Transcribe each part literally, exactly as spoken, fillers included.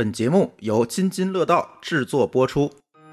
本节目由津津乐道制作播出。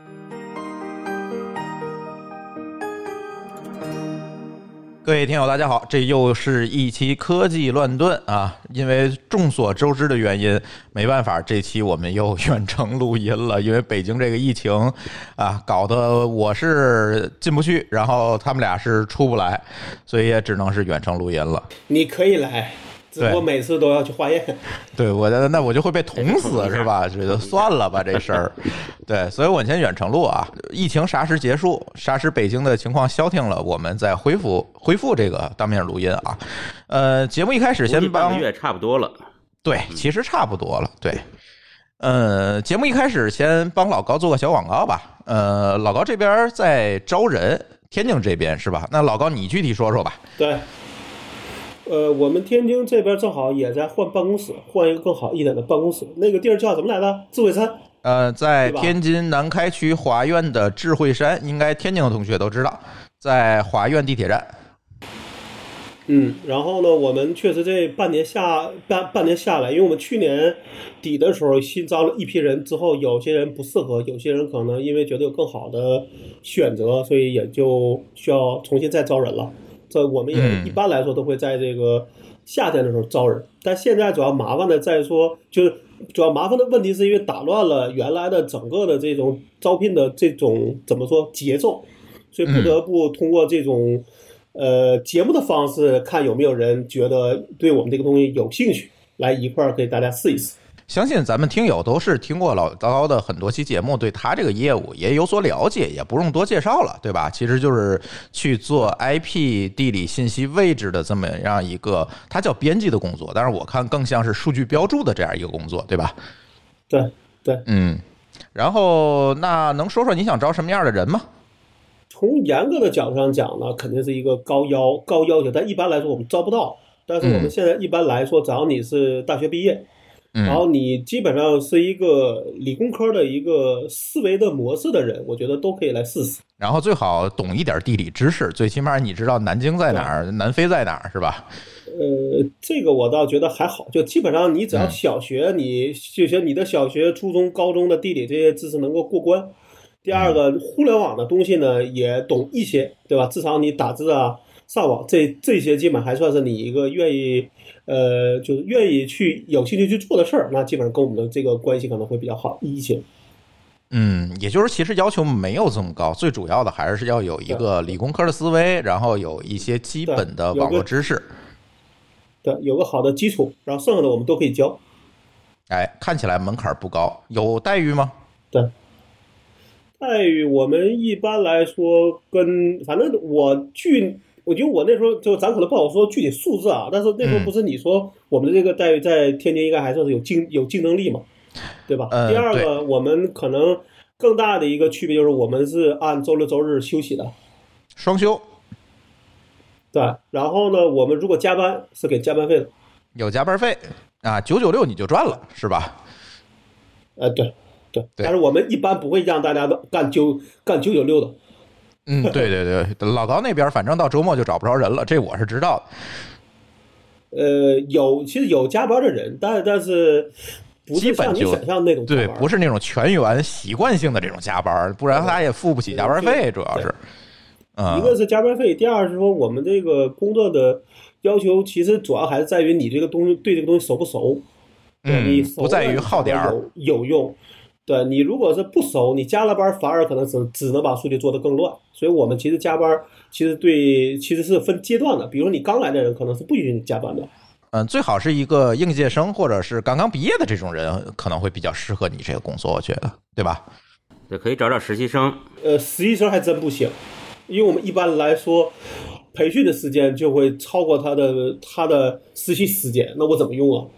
各位听友大家好，这又是一期科技乱炖啊！因为众所周知的原因，没办法，这期我们又远程录音了。因为北京这个疫情啊，搞得我是进不去，然后他们俩是出不来，所以也只能是远程录音了。 你可以来，只不过每次都要去化验。 对，我的那我就会被捅死是吧？这就算了吧这事儿。对，所以我先远程录啊。疫情啥时结束？啥时北京的情况消停了，我们再恢复恢复这个当面录音啊。呃，节目一开始先帮半个月差不多了。 对，其实差不多了。对，呃，节目一开始先帮老高做个小广告吧。呃，老高这边在招人，天津这边是吧？那老高你具体说说吧。 对。呃，我们天津这边正好也在换办公室，换一个更好一点的办公室。那个地儿叫什么来着？智慧山。 呃，在天津南开区华苑的智慧山，应该天津的同学都知道，在华苑地铁站。 嗯，然后呢，我们确实这半年下半半年下来，因为我们去年底的时候新招了一批人，之后有些人不适合，有些人可能因为觉得有更好的选择，所以也就需要重新再招人了。这我们也一般来说都会在这个夏天的时候招人，但现在主要麻烦的在说，就是主要麻烦的问题是因为打乱了原来的整个的这种招聘的这种怎么说节奏，所以不得不通过这种呃节目的方式，看有没有人觉得对我们这个东西有兴趣，来一块儿给大家试一试。 相信咱们听友都是听过老高的很多期节目，对他这个业务也有所了解，也不用多介绍了，对吧？其实就是去做 I P 地理信息位置的这么样一个，它叫编辑的工作，但是我看更像是数据标注的这样一个工作，对吧？ 对对， 嗯。然后那能说说你想招什么样的人吗？ 从严格的角度上讲呢，肯定是一个高要高要求，但一般来说我们招不到。但是我们现在一般来说，只要你是大学毕业。然后你基本上是一个理工科的一个思维的模式的人，我觉得都可以来试试。 然后最好懂一点地理知识，最起码你知道南京在哪儿，南非在哪儿，是吧？ 呃，这个我倒觉得还好，就基本上你只要小学，嗯、你就学你的小学、初中、高中的地理这些知识能够过关。第二个，互联网的东西呢也懂一些，对吧？至少你打字啊、上网这这些基本还算是你一个愿意。呃，就是愿意去有兴趣去做的事儿，那基本上跟我们的这个关系可能会比较好一些。 嗯，也就是其实要求没有这么高，最主要的还是要有一个理工科的思维，然后有一些基本的网络知识。 对，有个好的基础，然后剩下的我们都可以教。 哎，看起来门槛不高，有待遇吗？ 对，待遇我们一般来说跟反正我据。我觉得我那时候就咱可能不好说具体数字啊，但是那时候不是你说我们的这个待遇在天津应该还算是有竞有竞争力嘛，对吧？ 呃、 第二个，我们可能更大的一个区别就是我们是按周六周日休息的， 双休。 对，然后呢，我们如果加班是给加班费的， 有加班费啊，九九六你就赚了，是吧？ 呃，对对，但是我们一般不会让大家干九干九九六的。 嗯，对对对，老高那边反正到周末就找不着人了，这我是知道的。呃，有其实有加班的人，但但是不是像你想象那种加班， 对，不是那种全员习惯性的这种加班，不然他也付不起加班费，主要是。 嗯、一个是加班费，第二是说我们这个工作的要求，其实主要还是在于你这个东西对这个东西熟不熟。 嗯， 你不在于耗点有有用。对，你如果是不熟，你加了班反而可能只只能把数据做得更乱。所以我们其实加班其实对其实是分阶段的，比如说你刚来的人可能是不允许你加班的。 嗯，最好是一个应届生或者是刚刚毕业的这种人，可能会比较适合你这个工作，我觉得，对吧？ 对，可以找找实习生。 呃，实习生还真不行，因为我们一般来说培训的时间就会超过他的他的实习时间，那我怎么用啊？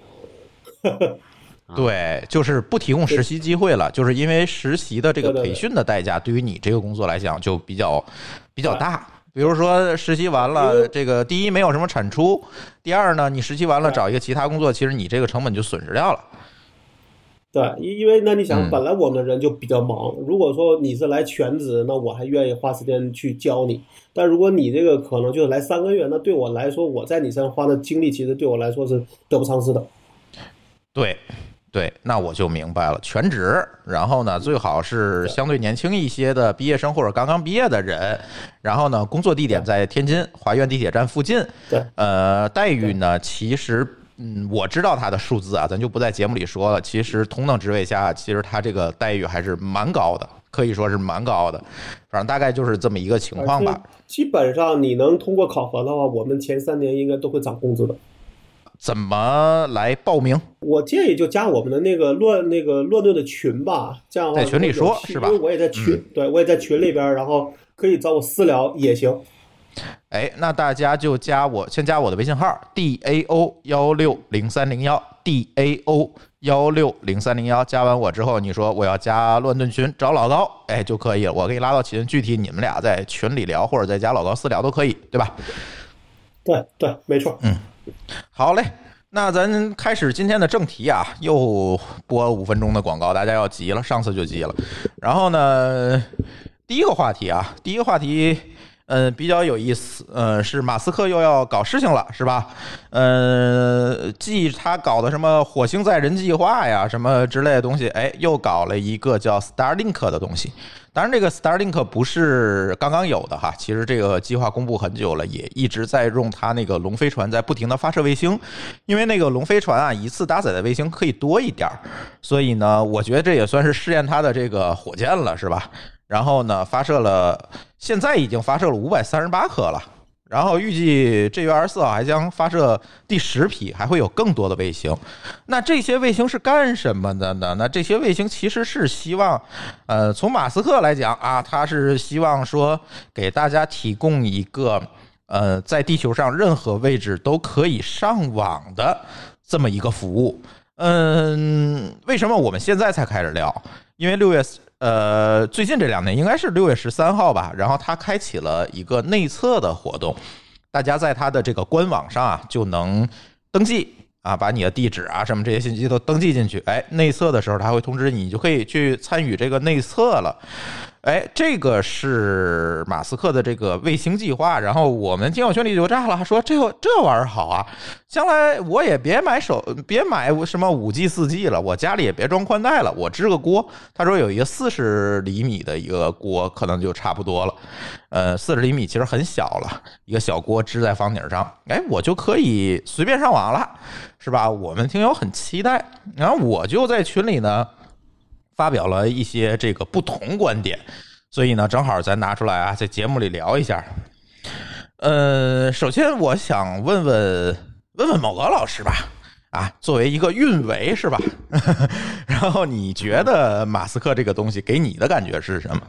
对，就是不提供实习机会了，就是因为实习的这个培训的代价对于你这个工作来讲就比较比较大。比如说实习完了，这个第一没有什么产出，第二呢，你实习完了找一个其他工作，其实你这个成本就损失掉了。 对，因为那你想，本来我们的人就比较忙，嗯、如果说你是来全职，那我还愿意花时间去教你。但如果你这个可能就是来三个月，那对我来说，我在你身上花的精力，其实对我来说是得不偿失的。 对。 对，那我就明白了，全职，然后呢，最好是相对年轻一些的毕业生或者刚刚毕业的人，然后呢，工作地点在天津华苑地铁站附近。 对， 呃，待遇呢，其实，嗯，我知道它的数字啊，咱就不在节目里说了。其实同等职位下，其实它这个待遇还是蛮高的，可以说是蛮高的。反正大概就是这么一个情况吧。 基本上你能通过考核的话，我们前三年应该都会涨工资的。 怎么来报名？ 我建议就加我们的那个乱那个乱炖的群吧，这样的话在群里说是吧？ 因为我也在群，嗯、对我也在群里边，然后可以找我私聊也行。 哎，那大家就加我，先加我的微信号 D A O 一六零三零一 D A O 一六零三零一，加完我之后，你说我要加乱炖群找老高，哎就可以了，我给你拉到群，具体你们俩在群里聊，或者在加老高私聊都可以，对吧？ 对对，没错。 嗯。好嘞，那咱开始今天的正题啊，又播了五分钟的广告，大家要急了，上次就急了。然后呢，第一个话题啊，第一个话题，嗯、呃，比较有意思，呃，是马斯克又要搞事情了，是吧？呃，继他搞的什么火星载人计划呀，什么之类的东西，哎，又搞了一个叫 Starlink 的东西。当然，这个 Starlink 不是刚刚有的哈，其实这个计划公布很久了，也一直在用它那个龙飞船在不停的发射卫星，因为那个龙飞船啊，一次搭载的卫星可以多一点，所以呢，我觉得这也算是试验它的这个火箭了，是吧？然后呢，发射了，现在已经发射了五百三十八颗了。然后预计这月二十四号还将发射第十批，还会有更多的卫星。那这些卫星是干什么的呢？那这些卫星其实是希望，呃，从马斯克来讲啊，他是希望说给大家提供一个，呃，在地球上任何位置都可以上网的这么一个服务。嗯，为什么我们现在才开始聊？因为六月。呃，最近这两年应该是六月十三号吧，然后他开启了一个内测的活动，大家在他的这个官网上啊就能登记啊，把你的地址啊什么这些信息都登记进去，哎，内测的时候他会通知你，你就可以去参与这个内测了。哎，这个是马斯克的这个卫星计划，然后我们听友群里就炸了，说这这玩意儿好啊，将来我也别买手别买什么五 G 四 G 了，我家里也别装宽带了，我支个锅。他说有一个四十厘米的一个锅，可能就差不多了。呃，四十厘米其实很小了，一个小锅支在房顶上，哎，我就可以随便上网了，是吧？我们听友很期待，然后我就在群里呢。发表了一些这个不同观点，所以呢，正好咱拿出来啊，在节目里聊一下。呃，首先我想问问问问某个老师吧，啊，作为一个运维是吧？然后你觉得马斯克这个东西给你的感觉是什么？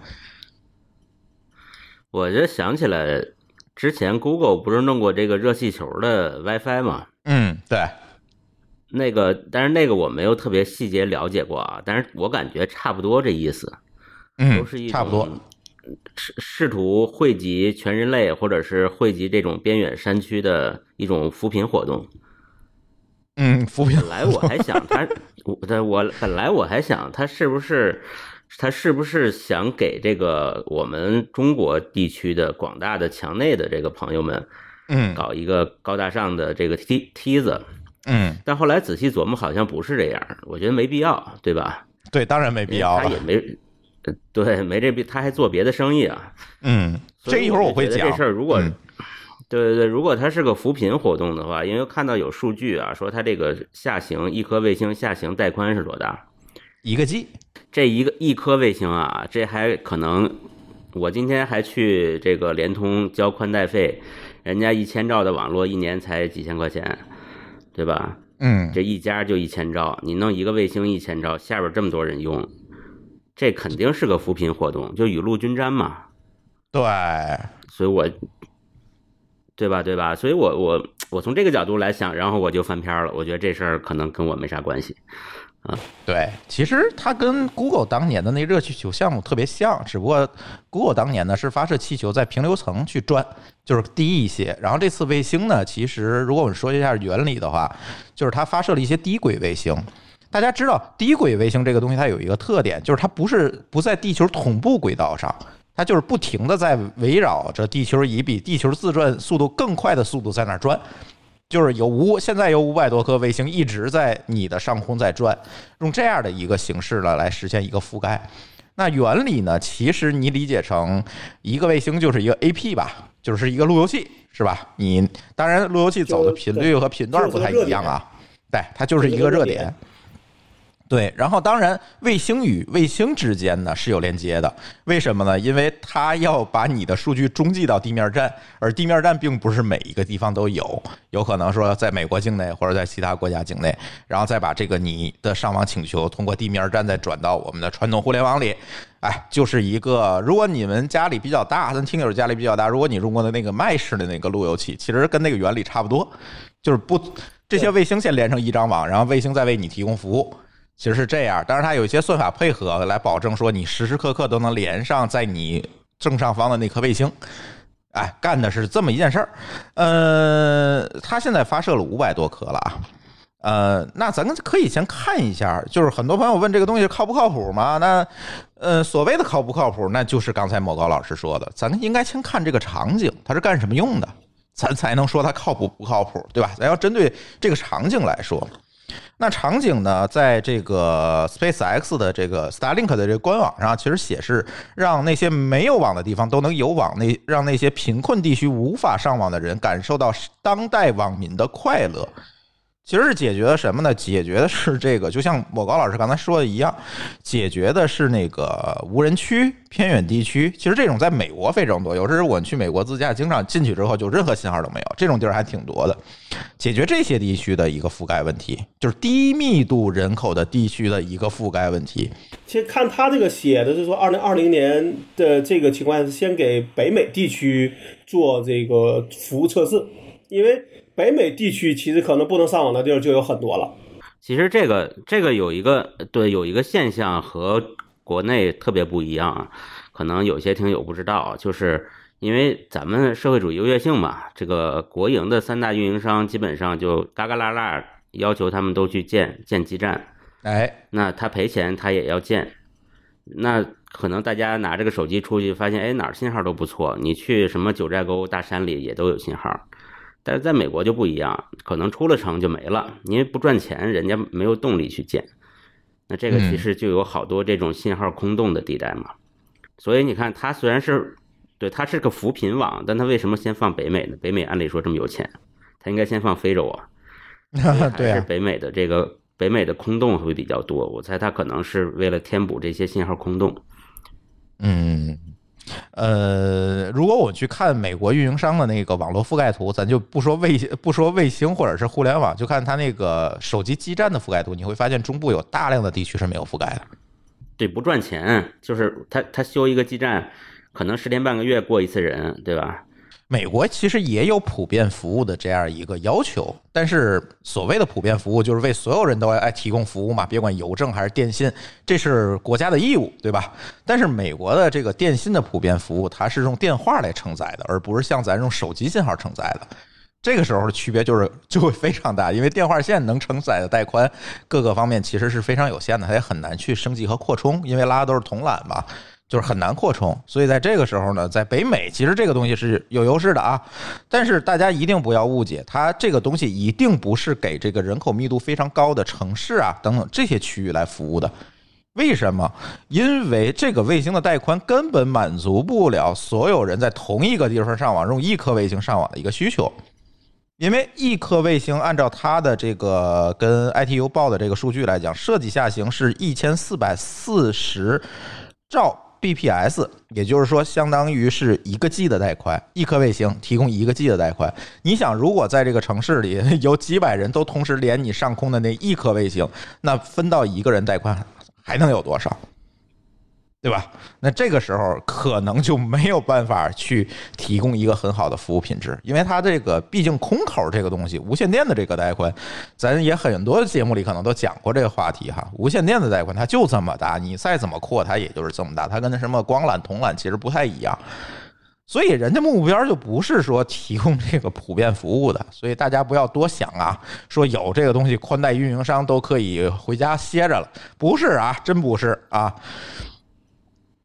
我就想起来，之前 Google 不是弄过这个热气球的 WiFi 吗？ 嗯，对。 那个，但是那个我没有特别细节了解过啊，但是我感觉差不多这意思， 嗯， 都是一种差不多试试图汇集全人类，或者是汇集这种边远山区的一种扶贫活动。 嗯，扶贫。 本来我还想他，我我本来我还想他是不是他是不是想给这个我们中国地区的广大的墙内的这个朋友们， 嗯， 搞一个高大上的这个梯梯子。 嗯， 但后来仔细琢磨，好像不是这样，我觉得没必要，对吧？ 对，当然没必要了。 他也没，对，没这必，他还做别的生意啊。 嗯，这一会儿我会讲这事儿。如果、 嗯、 对对对，如果它是个扶贫活动的话，因为看到有数据啊，说它这个下行一颗卫星下行带宽是多大？ 一个 G。 这一个一颗卫星啊，这还可能，我今天还去这个联通交宽带费，人家一千兆的网络一年才几千块钱。对吧？ 嗯， 这一家就一千兆，你弄一个卫星一千兆，下边这么多人用，这肯定是个扶贫活动，就雨露均沾嘛。 对， 所以我，对吧？对吧？所以我我我从这个角度来想，然后我就翻篇了。我觉得这事儿可能跟我没啥关系。啊， 对，其实它跟 Google 当年的那热气球项目特别像，只不过 Google 当年呢是发射气球在平流层去转，就是低一些。然后这次卫星呢，其实如果我们说一下原理的话，就是它发射了一些低轨卫星。大家知道低轨卫星这个东西它有一个特点，就是它不是不在地球同步轨道上，它就是不停的在围绕着地球以比地球自转速度更快的速度在那儿转。 就是有五现在有五百多颗卫星一直在你的上空在转，用这样的一个形式呢来实现一个覆盖。那原理呢，其实你理解成一个卫星就是一个 A P 吧，就是一个路由器，是吧？你当然路由器走的频率和频段不太一样啊，对，它就是一个热点。对，然后当然卫星与卫星之间呢是有连接的，为什么呢？因为它要把你的数据中继到地面站，而地面站并不是每一个地方都有，有可能说在美国境内或者在其他国家境内，然后再把这个你的上网请求通过地面站再转到我们的传统互联网里。哎，就是一个，如果你们家里比较大，咱听友家里比较大，如果你用过的那个麦式的那个路由器，其实跟那个原理差不多，就是不这些卫星先连成一张网，然后卫星再为你提供服务。其实是这样，当然它有一些算法配合来保证说你时时刻刻都能连上在你正上方的那颗卫星。哎，干的是这么一件事儿。呃，它现在发射了五百多颗了啊。呃，那咱可以先看一下，就是很多朋友问这个东西靠不靠谱吗？那呃，所谓的靠不靠谱，那就是刚才某高老师说的，咱应该先看这个场景，它是干什么用的，咱才能说它靠谱不靠谱，对吧？咱要针对这个场景来说。那场景呢，在这个 SpaceX 的这个 Starlink 的这个官网上，其实显示让那些没有网的地方都能有网，那让那些贫困地区无法上网的人感受到当代网民的快乐。其实是解决了什么呢？解决的是这个，就像某高老师刚才说的一样，解决的是那个无人区、偏远地区。其实这种在美国非常多，有时候我们去美国自驾，经常进去之后就任何信号都没有，这种地儿还挺多的。解决这些地区的一个覆盖问题，就是低密度人口的地区的一个覆盖问题。 其实看他这个写的是说，二零二零年的这个情况是先给北美地区做这个服务测试，因为北美地区其实可能不能上网的地儿就有很多了。 其实这个这个有一个对有一个现象和国内特别不一样，可能有些听友不知道，就是因为咱们社会主义优越性嘛，这个国营的三大运营商基本上就嘎嘎啦啦要求他们都去建建基站， 哎， 那他赔钱他也要建，那可能大家拿这个手机出去发现，哎，哪儿信号都不错，你去什么九寨沟大山里也都有信号。但是在美国就不一样，可能出了城就没了，因为不赚钱，人家没有动力去建。那这个其实就有好多这种信号空洞的地带嘛。所以你看，它虽然是对它是个扶贫网，但它为什么先放北美呢？北美按理说这么有钱，它应该先放非洲啊。 对啊， 还是北美的这个北美的空洞会比较多，我猜它可能是为了填补这些信号空洞。 嗯。呃，如果我去看美国运营商的那个网络覆盖图，咱就不说卫不说卫星或者是互联网，就看它那个手机基站的覆盖图，你会发现中部有大量的地区是没有覆盖的。 对，不赚钱，就是他他修一个基站，可能十天半个月过一次人，对吧？ 美国其实也有普遍服务的这样一个要求，但是所谓的普遍服务就是为所有人都来提供服务嘛，别管邮政还是电信，这是国家的义务，对吧？但是美国的这个电信的普遍服务，它是用电话来承载的，而不是像咱用手机信号承载的。这个时候的区别就是就会非常大，因为电话线能承载的带宽各个方面其实是非常有限的，它也很难去升级和扩充，因为拉的都是铜缆嘛。就是很难扩充，所以在这个时候呢，在北美其实这个东西是有优势的啊，但是大家一定不要误解，它这个东西一定不是给这个人口密度非常高的城市啊等等这些区域来服务的。为什么？因为这个卫星的带宽根本满足不了所有人在同一个地方上网用一颗卫星上网的一个需求。因为一颗卫星按照它的这个跟 I T U 报的这个数据来讲，设计下行是一千四百四十兆B P S， 也就是说相当于是一个 G 的带宽，一颗卫星提供一个 G 的带宽。你想，如果在这个城市里有几百人都同时连你上空的那一颗卫星，那分到一个人带宽还能有多少？对吧？那这个时候可能就没有办法去提供一个很好的服务品质，因为它这个毕竟空口这个东西，无线电的这个带宽，咱也很多节目里可能都讲过这个话题哈。无线电的带宽它就这么大，你再怎么扩它也就是这么大，它跟那什么光缆、铜缆其实不太一样。所以人家目标就不是说提供这个普遍服务的，所以大家不要多想啊，说有这个东西宽带运营商都可以回家歇着了，不是啊，真不是啊。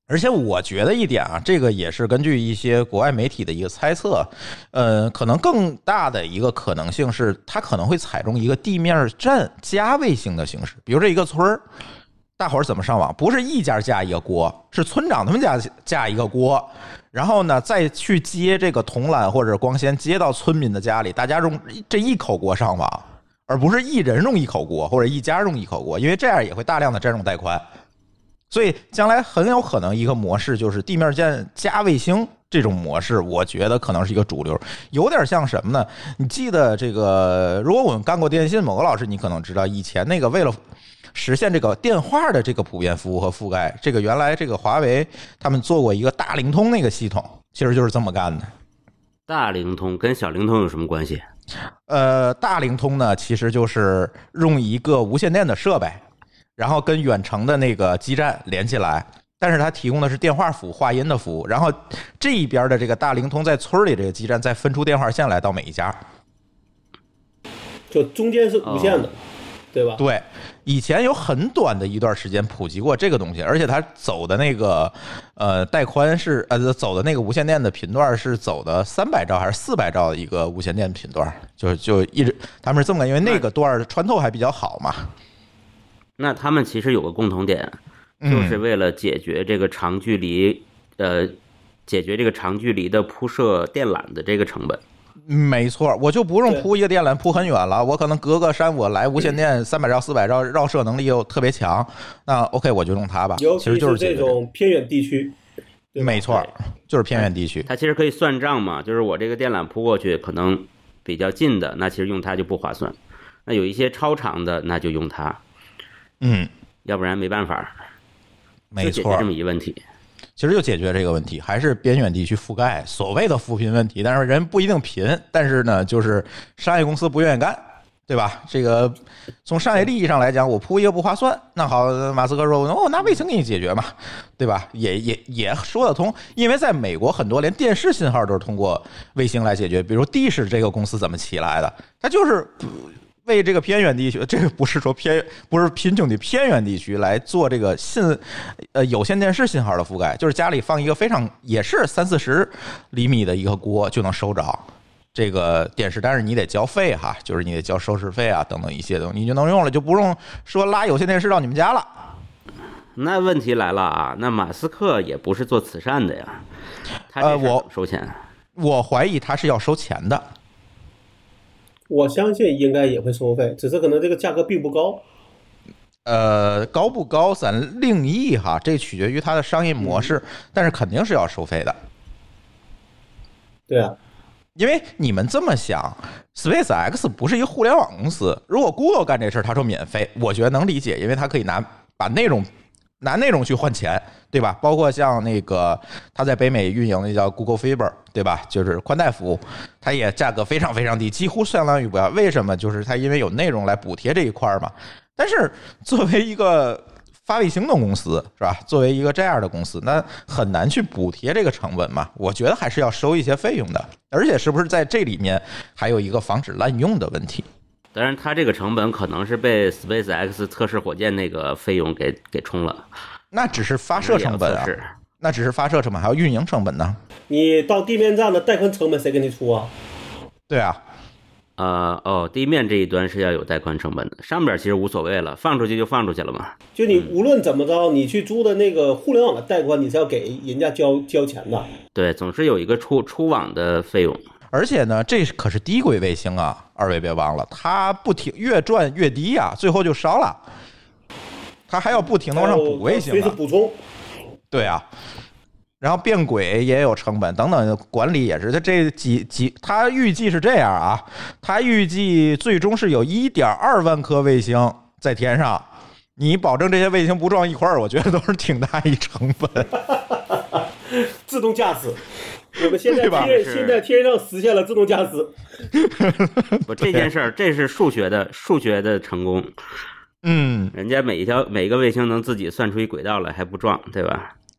而且我觉得一点啊，这个也是根据一些国外媒体的一个猜测，呃，可能更大的一个可能性是，它可能会采用一个地面站加卫星的形式。比如这一个村儿，大伙儿怎么上网？不是一家架一个锅，是村长他们家架一个锅，然后呢再去接这个铜缆或者光纤接到村民的家里，大家用这一口锅上网，而不是一人用一口锅或者一家用一口锅，因为这样也会大量的占用带宽。所以将来很有可能一个模式就是地面站加卫星这种模式，我觉得可能是一个主流，有点像什么呢？你记得这个，如果我们干过电信，某个老师你可能知道，以前那个为了实现这个电话的这个普遍服务和覆盖，这个原来这个华为他们做过一个大灵通那个系统，其实就是这么干的。 大灵通跟小灵通有什么关系？ 呃，大灵通呢，其实就是用一个无线电的设备，然后跟远程的那个基站连起来，但是它提供的是电话服务、话音的服务，然后这一边的这个大灵通在村里这个基站再分出电话线来到每一家， 就中间是无线的。哦，对吧？ 对，以前有很短的一段时间普及过这个东西，而且它走的那个呃带宽是呃走的那个无线电的频段是走的三百兆还是四百兆的一个无线电频段，就就一直他们是这么干，因为那个段穿透还比较好嘛。 那他们其实有个共同点，就是为了解决这个长距离，呃，解决这个长距离的铺设电缆的这个成本。 没错，我就不用铺一个电缆铺很远了，我可能隔个山我来无线电三百兆、四百兆，绕射能力又特别强，那 OK 我就用它吧。 尤其是这种偏远地区， 没错，就是偏远地区。 它其实可以算账嘛，就是我这个电缆铺过去可能比较近的，那其实用它就不划算。那有一些超长的，那就用它。 嗯， 要不然没办法， 没错， 就解决这么一个问题。 其实就解决这个问题，还是边远地区覆盖，所谓的扶贫问题。但是人不一定贫，但是呢，就是商业公司不愿意干，对吧？这个从商业利益上来讲，我铺一个不划算。那好，马斯克说：“哦，拿卫星给你解决嘛，对吧？”也也也说得通，因为在美国很多连电视信号都是通过卫星来解决。比如地视这个公司怎么起来的？它就是为这个偏远地区，这个不是说偏不是贫穷的偏远地区来做这个信呃有线电视信号的覆盖，就是家里放一个非常也是三四十厘米的一个锅就能收着这个电视，但是你得交费哈，就是你得交收视费啊等等一些东西，你就能用了，就不用说拉有线电视到你们家了。 那问题来了啊，那马斯克也不是做慈善的呀，他这是收钱？ 我怀疑他是要收钱的。 我相信应该也会收费，只是可能这个价格并不高。 呃，高不高咱另议哈，这取决于它的商业模式，但是肯定是要收费的。 对啊， 因为你们这么想 ，SpaceX 不是一个互联网公司，如果 Google 干这事儿，他说免费，我觉得能理解，因为他可以拿把内容拿内容去换钱，对吧？包括像那个他在北美运营的叫 Google Fiber， 对吧？就是宽带服务，它也价格非常非常低，几乎相当于不要。为什么？就是它因为有内容来补贴这一块嘛。但是作为一个发卫星的公司，是吧？作为一个这样的公司，那很难去补贴这个成本嘛。我觉得还是要收一些费用的，而且是不是在这里面还有一个防止滥用的问题？ 当然，它这个成本可能是被 SpaceX 测试火箭那个费用给给冲了。 那只是发射成本啊，那只是发射成本，还有运营成本呢。 你到地面站的带宽成本谁给你出啊？ 对啊， 呃哦，地面这一端是要有带宽成本的，上边其实无所谓了，放出去就放出去了嘛。 就你无论怎么着，你去租的那个互联网的带宽，你是要给人家交交钱的。 对，总是有一个出出网的费用。 而且呢，这可是低轨卫星啊，二位别忘了，它不停越转越低啊，最后就烧了。它还要不停的往上补卫星啊， 随时补充。 对啊，然后变轨也有成本等等，管理也是。它这几几，它预计是这样啊，它预计最终是有 一点二万颗卫星在天上，你保证这些卫星不撞一块儿，我觉得都是挺大一成本。 自动驾驶。我们现在天现在天上实现了自动驾驶。 不，这件事儿这是数学的数学的成功。 嗯， 人家每一条每一个卫星能自己算出一轨道来，还不撞，对吧？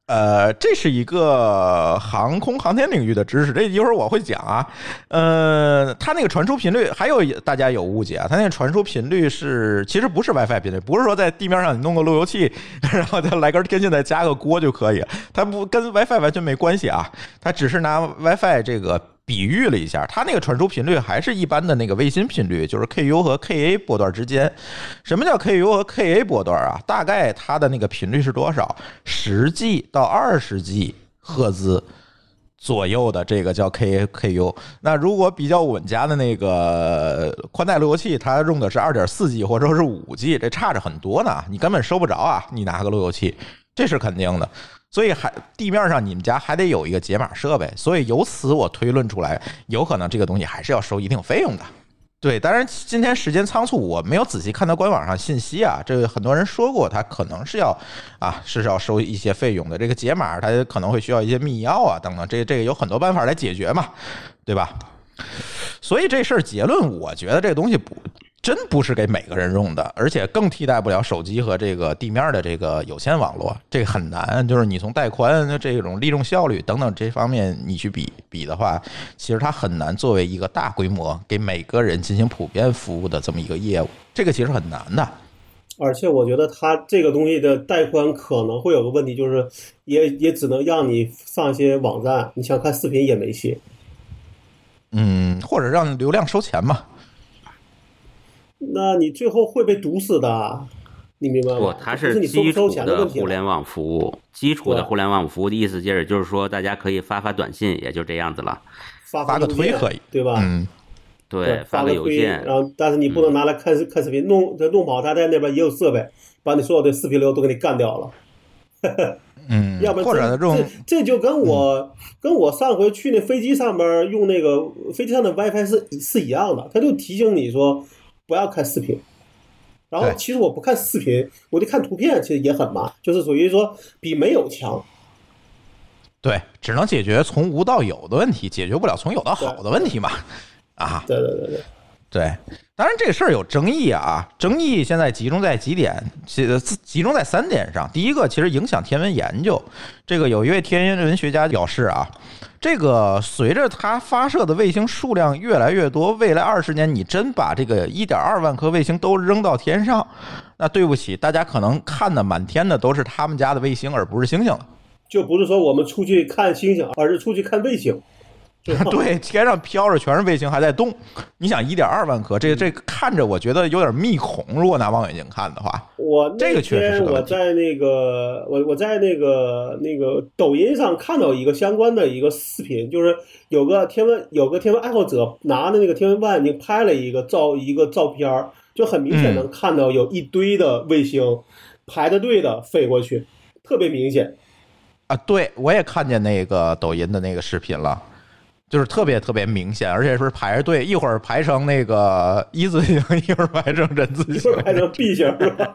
呃，这是一个航空航天领域的知识，这一会儿我会讲啊。呃，它那个传输频率还有大家有误解啊，它那个传输频率是其实不是 WiFi 频率，不是说在地面上你弄个路由器，然后再来根天线再加个锅就可以，它不跟 WiFi 完全没关系啊，它只是拿 WiFi 这个比喻了一下，它那个传输频率还是一般的那个卫星频率，就是 K U 和 K A 波段之间。什么叫 K U 和 K A 波段啊？大概它的那个频率是多少？十 G 到二十 G 赫兹左右的这个叫 K A K U。那如果比较稳家的那个宽带路由器，它用的是 二点四 G 或者说是五 G， 这差着很多呢，你根本收不着啊！你拿个路由器，这是肯定的。所以还地面上你们家还得有一个解码设备，所以由此我推论出来，有可能这个东西还是要收一定费用的。对，当然今天时间仓促，我没有仔细看到官网上信息啊。这个很多人说过，它可能是要啊，是要收一些费用的。这个解码它可能会需要一些密钥啊等等，这这个有很多办法来解决嘛，对吧？所以这事儿结论，我觉得这个东西不。真不是给每个人用的，而且更替代不了手机和这个地面的这个有线网络，这个很难。就是你从带宽、这种利用效率等等这方面你去比比的话，其实它很难作为一个大规模给每个人进行普遍服务的这么一个业务，这个其实很难的。 而且我觉得它这个东西的带宽可能会有个问题，就是也也只能让你上一些网站，你想看视频也没戏。 嗯，或者让流量收钱嘛。 那你最后会被堵死的，你明白吗？ 不，它是基础的互联网服务，基础的互联网服务的意思就是就是说，大家可以发发短信，也就这样子了。 发发个推可以， 对吧？ 嗯， 对， 发个邮件。 然后，但是你不能拿来看、嗯、看视频，弄弄不好，他在那边也有设备，把你所有的视频流都给你干掉了。 嗯， 要不然或者这种这就跟我、嗯、跟我上回去那飞机上边用那个飞机上的 WiFi 是是一样的，他就提醒你说。不要看视频，然后其实我不看视频，我就看图片，其实也很慢，就是属于说比没有强。 对，只能解决从无到有的问题，解决不了从有到好的问题嘛。啊， 对对对对对，当然这个事儿有争议啊，争议现在集中在几点，集中在三点上。第一个，其实影响天文研究。这个有一位天文学家表示啊，这个随着它发射的卫星数量越来越多，未来二十年你真把这个 一点二万颗卫星都扔到天上，那对不起，大家可能看的满天的都是他们家的卫星，而不是星星了。 就不是说我们出去看星星，而是出去看卫星。 对，天上飘着全是卫星还在动，你想一点二万颗，这这看着我觉得有点密孔。如果拿望远镜看的话， 我这个确实是我在那个我我在那个那个抖音上看到一个相关的一个视频，就是有个天文有个天文爱好者拿的那个天文望远镜拍了一个照一个照片，就很明显能看到有一堆的卫星排着队的飞过去，特别明显。 啊，对，我也看见那个抖音的那个视频了。就是特别特别明显，而且是排着队，一会儿排成那个一字形，一会儿排成人字形， 一会儿排成 B 型，是吧？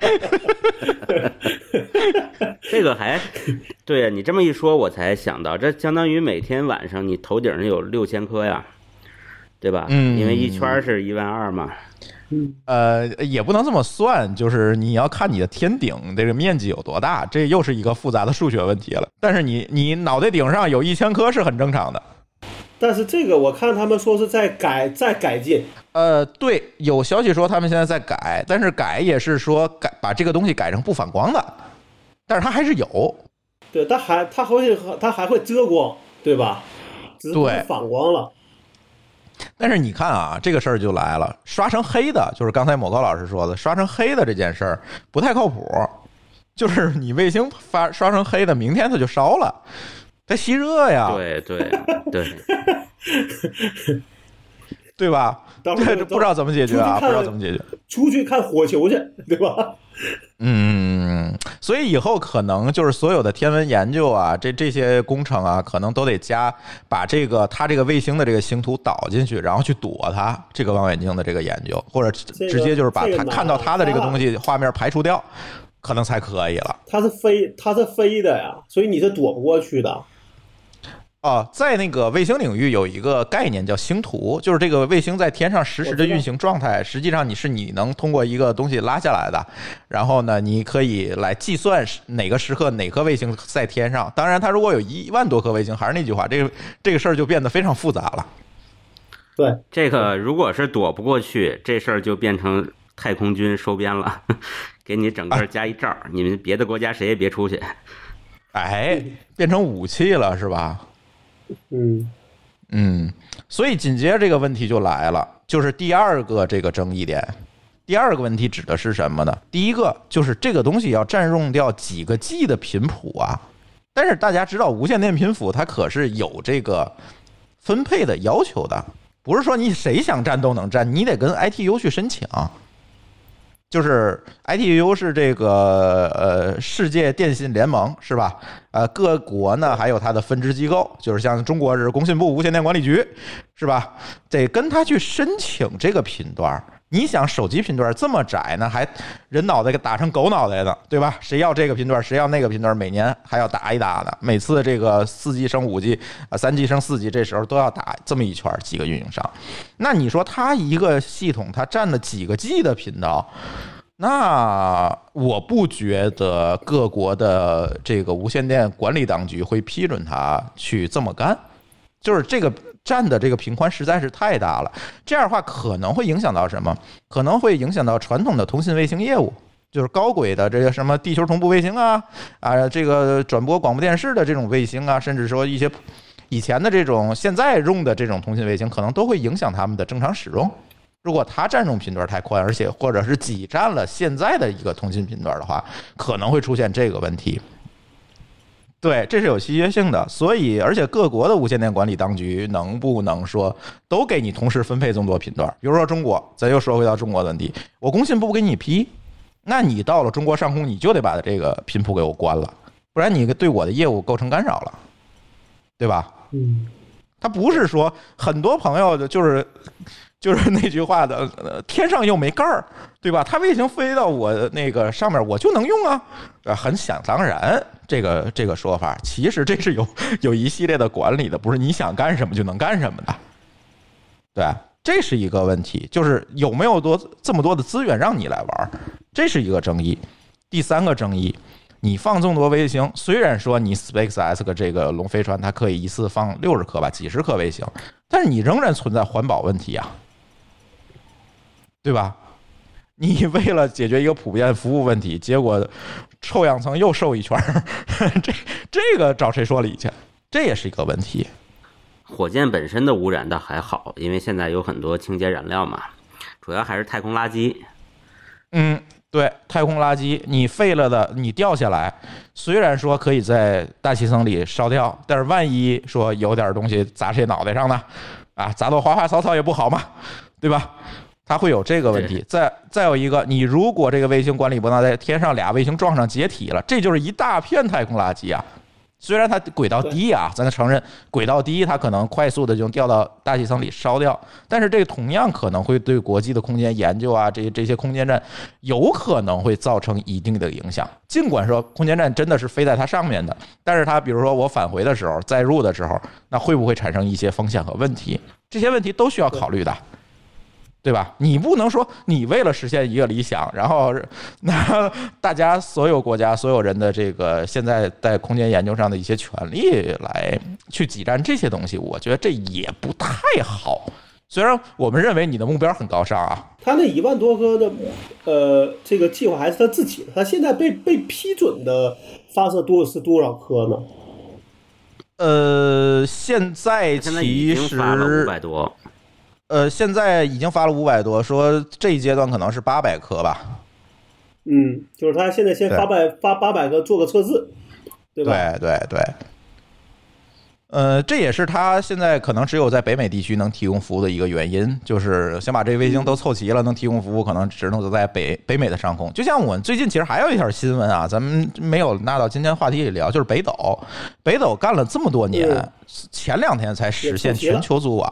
这个还对呀、啊，你这么一说，我才想到，这相当于每天晚上你头顶上有六千颗呀，对吧？ 嗯， 因为一圈是一万二嘛。 嗯， 呃，也不能这么算，就是你要看你的天顶这个面积有多大，这又是一个复杂的数学问题了。但是你你脑袋顶上有一千颗是很正常的。 但是这个我看他们说是在改，在改进。 呃，对，有消息说他们现在在改，但是改也是说改把这个东西改成不反光的，但是它还是有。 对，它还它会它还会遮光，对吧？只是不反光了。 但是你看啊，这个事儿就来了，刷成黑的，就是刚才某高老师说的，刷成黑的这件事儿不太靠谱。就是你卫星发刷成黑的，明天它就烧了。它吸热呀， 对对对， 对吧？对，不知道怎么解决啊，不知道怎么解决。 出去看火球去，对吧？ 嗯，所以以后可能就是所有的天文研究啊，这这些工程啊，可能都得加把这个它这个卫星的这个星图导进去，然后去躲它这个望远镜的这个研究，或者直接就是把它看到它的这个东西画面排除掉，可能才可以了。 它是飞，它是飞的呀，所以你是躲不过去的。 啊，在那个卫星领域有一个概念叫星图，就是这个卫星在天上实时的运行状态，实际上你是你能通过一个东西拉下来的，然后呢，你可以来计算哪个时刻哪颗卫星在天上。当然，它如果有一万多颗卫星，还是那句话，这个这个事儿就变得非常复杂了。 对， 这个如果是躲不过去，这事儿就变成太空军收编了，给你整个加一罩，啊、你们别的国家谁也别出去。 哎，变成武器了是吧？ 嗯嗯，所以紧接着这个问题就来了，就是第二个这个争议点。第二个问题指的是什么呢？第一个就是这个东西要占用掉几个 G 的频谱啊，但是大家知道无线电频谱它可是有这个分配的要求的，不是说你谁想占都能占，你得跟 I T U 去申请。就是 I T U 是这个呃世界电信联盟是吧？呃，各国呢还有它的分支机构，就是像中国是工信部无线电管理局是吧？得跟他去申请这个频段。你想手机频段这么窄呢，还人脑袋给打成狗脑袋的，对吧？谁要这个频段，谁要那个频段，每年还要打一打的。每次这个四 G 升五 G 啊，三 G 升四 G， 这时候都要打这么一圈，几个运营商。那你说它一个系统，它占了几个 G 的频道？那我不觉得各国的这个无线电管理当局会批准他去这么干，就是这个占的这个频宽实在是太大了。这样的话可能会影响到什么？可能会影响到传统的通信卫星业务，就是高轨的这个什么地球同步卫星啊啊，这个转播广播电视的这种卫星啊，甚至说一些以前的这种现在用的这种通信卫星，可能都会影响他们的正常使用。如果它占用频段太宽，而且或者是挤占了现在的一个通信频段的话，可能会出现这个问题。对，这是有稀缺性的。所以，而且各国的无线电管理当局能不能说都给你同时分配这么多频段？比如说中国，咱又说回到中国的问题，我工信部不给你批，那你到了中国上空，你就得把这个频谱给我关了，不然你对我的业务构成干扰了，对吧？ 嗯， 他不是说很多朋友就是就是那句话的，呃，天上又没盖儿，对吧？它卫星飞到我那个上面，我就能用啊，呃，很想当然。这个这个说法，其实这是有有一系列的管理的，不是你想干什么就能干什么的。对，这是一个问题，就是有没有多这么多的资源让你来玩，这是一个争议。第三个争议，你放这么多卫星，虽然说你 SpaceX 这个龙飞船它可以一次放六十颗吧，几十颗卫星，但是你仍然存在环保问题啊。对吧？你为了解决一个普遍服务问题，结果臭氧层又受一圈，这这个找谁说理去？这也是一个问题。 火箭本身的污染倒还好，因为现在有很多清洁燃料嘛，主要还是太空垃圾。 嗯，对，太空垃圾你废了的，你掉下来，虽然说可以在大气层里烧掉，但是万一说有点东西砸谁脑袋上呢？啊，砸到花花草草也不好嘛，对吧？它会有这个问题。再再有一个，你如果这个卫星管理不当，在天上俩卫星撞上解体了，这就是一大片太空垃圾啊。虽然它轨道低啊，咱承认轨道低，它可能快速的就掉到大气层里烧掉，但是这个同样可能会对国际的空间研究啊，这这些空间站有可能会造成一定的影响。尽管说空间站真的是飞在它上面的，但是它比如说我返回的时候、再入的时候，那会不会产生一些风险和问题？这些问题都需要考虑的。对吧？你不能说你为了实现一个理想，然后拿大家所有国家所有人的这个现在在空间研究上的一些权利来去挤占这些东西，我觉得这也不太好。虽然我们认为你的目标很高尚啊， 他那一万多颗的呃这个计划还是他自己的，他现在被被批准的发射多是多少颗呢？ 呃，现在现在已经发了五百多。 呃，现在已经发了五百多，说这一阶段可能是八百颗吧。 嗯，就是他现在先发百发八百个做个测试，对吧？ 对对对。呃，这也是他现在可能只有在北美地区能提供服务的一个原因，就是想把这卫星都凑齐了，能提供服务，可能只能在北北美的上空。就像我们最近其实还有一条新闻啊，咱们没有纳到今天话题里聊，就是北斗，北斗干了这么多年，前两天才实现全球组网。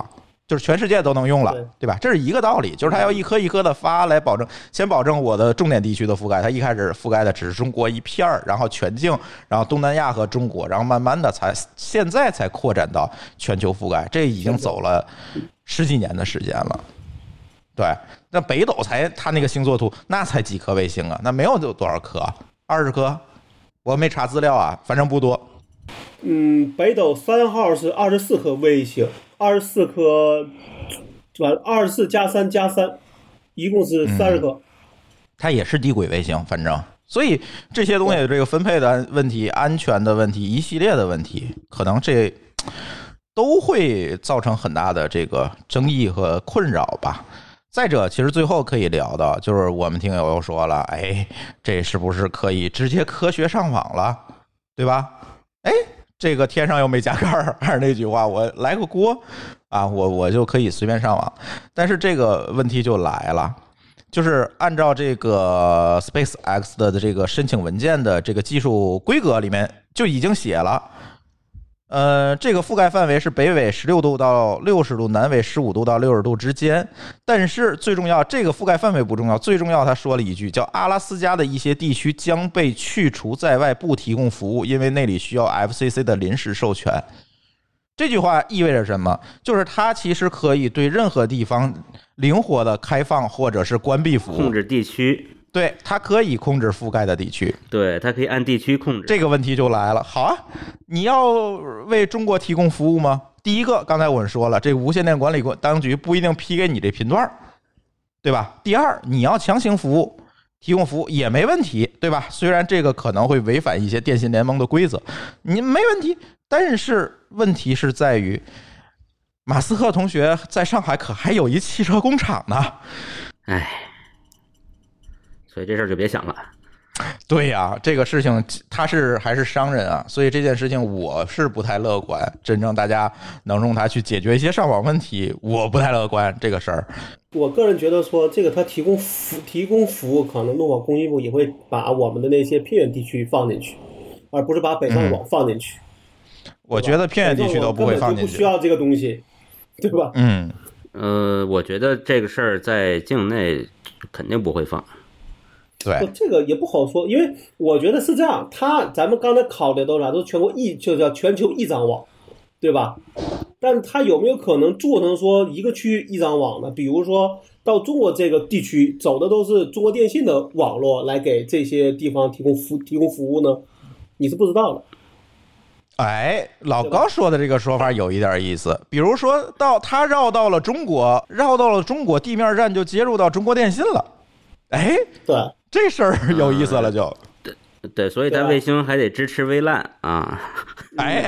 就是全世界都能用了， 对, 对吧？这是一个道理，就是它要一颗一颗的发来保证，先保证我的重点地区的覆盖。它一开始覆盖的只是中国一片儿，然后全境，然后东南亚和中国，然后慢慢的才现在才扩展到全球覆盖。这已经走了十几年的时间了。对，那北斗才它那个星座图，那才几颗卫星啊，那没有多少颗，二十颗，我没查资料啊，反正不多。 嗯，北斗三号是二十四颗卫星。二十四颗，完二十四加三加三，一共是三十颗、嗯。 它也是低轨卫星，反正，所以这些东西这个分配的问题、安全的问题、一系列的问题，可能这都会造成很大的这个争议和困扰吧。再者，其实最后可以聊的就是我们听友又说了，哎，这是不是可以直接科学上网了，对吧？哎。这个天上又没加盖儿，还是那句话，我来个锅啊，我我就可以随便上网。但是这个问题就来了，就是按照这个 SpaceX 的这个申请文件的这个技术规格里面就已经写了，呃，这个覆盖范围是北纬十六度到六十度，南纬十五度到六十度之间。但是最重要，这个覆盖范围不重要，最重要他说了一句，叫阿拉斯加的一些地区将被去除在外，不提供服务，因为那里需要 F C C 的临时授权。这句话意味着什么？就是它其实可以对任何地方灵活的开放或者是关闭服务， 控制地区。 对，它可以控制覆盖的地区， 对，它可以按地区控制。 这个问题就来了，好啊，你要为中国提供服务吗？第一个，刚才我们说了，这个无线电管理当局不一定批给你这频段，对吧？第二，你要强行服务，提供服务也没问题，对吧？虽然这个可能会违反一些电信联盟的规则，你没问题，但是问题是在于，马斯克同学在上海可还有一汽车工厂呢， 哎。所以这事儿就别想了。 对呀、啊，这个事情他是还是商人啊，所以这件事情我是不太乐观。真正大家能用它去解决一些上网问题，我不太乐观这个事儿。 我个人觉得说，这个他提供服提供服务，可能弄网工信部也会把我们的那些偏远地区放进去，而不是把北上网放进去。 嗯、我觉得偏远地区都不会放进去， 不需要这个东西，对吧？ 嗯， 呃，我觉得这个事儿在境内肯定不会放。 对， 这个也不好说，因为我觉得是这样，它咱们刚才考虑的都是啥，都是全国一就叫全球一张网，对吧？但它有没有可能做成说一个区域一张网呢？比如说到中国这个地区走的都是中国电信的网络来给这些地方提供服提供服务呢？你是不知道的。 哎，老高说的这个说法有一点意思，比如说到他绕到了中国，绕到了中国地面站就接入到中国电信了。哎， 对， 这事儿有意思了就，就、 嗯、对对，所以它卫星还得支持微烂啊， 哎，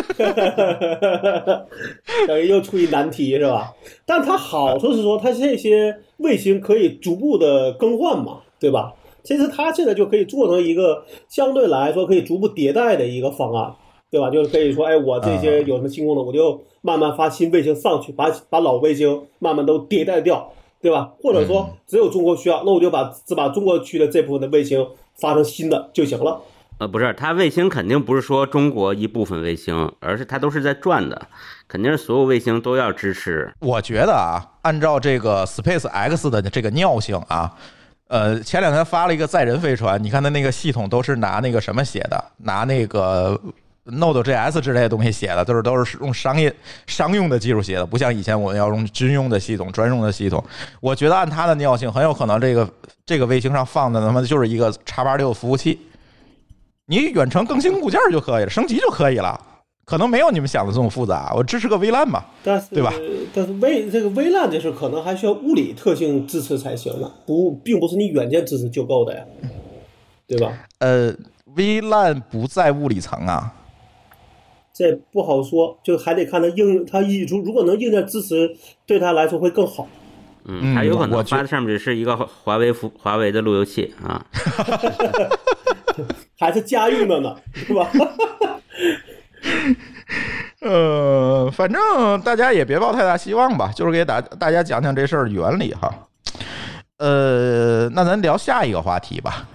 等于又出一难题是吧？但它好处是说，它这些卫星可以逐步的更换嘛，对吧？其实它现在就可以做成一个相对来说可以逐步迭代的一个方案，对吧？就是可以说，哎，我这些有什么新功能，我就慢慢发新卫星上去，把把老卫星慢慢都迭代掉。对吧？或者说只有中国需要，那我就把只把中国区的这部分的卫星发成新的就行了。 呃，不是，它卫星肯定不是说中国一部分卫星，而是它都是在转的，肯定是所有卫星都要支持。 我觉得啊，按照这个 SpaceX 的这个尿性啊，呃，前两天发了一个载人飞船，你看它那个系统都是拿那个什么写的，拿那个。Node.js 之类的东西写的都是都是用商业商用的技术写的，不像以前我们要用军用的系统、专用的系统。我觉得按它的尿性，很有可能这个这个卫星上放的他妈就是一个 X 八十六 服务器，你远程更新固件就可以了，升级就可以了，可能没有你们想的这么复杂。我支持个微烂嘛， 但是对吧？ 但是微这个微烂这事可能还需要物理特性支持才行呢，不，并不是你软件支持就够的呀，对吧？ 呃，微烂不在物理层啊。 这不好说，就还得看它硬，它一如如果能硬件支持，对它来说会更好。 嗯，它有可能发的上面是一个华为服华为的路由器啊， 还是家用的呢，是吧？ 呃，反正大家也别抱太大希望吧，就是给大大家讲讲这事儿原理哈。呃，那咱聊下一个话题吧。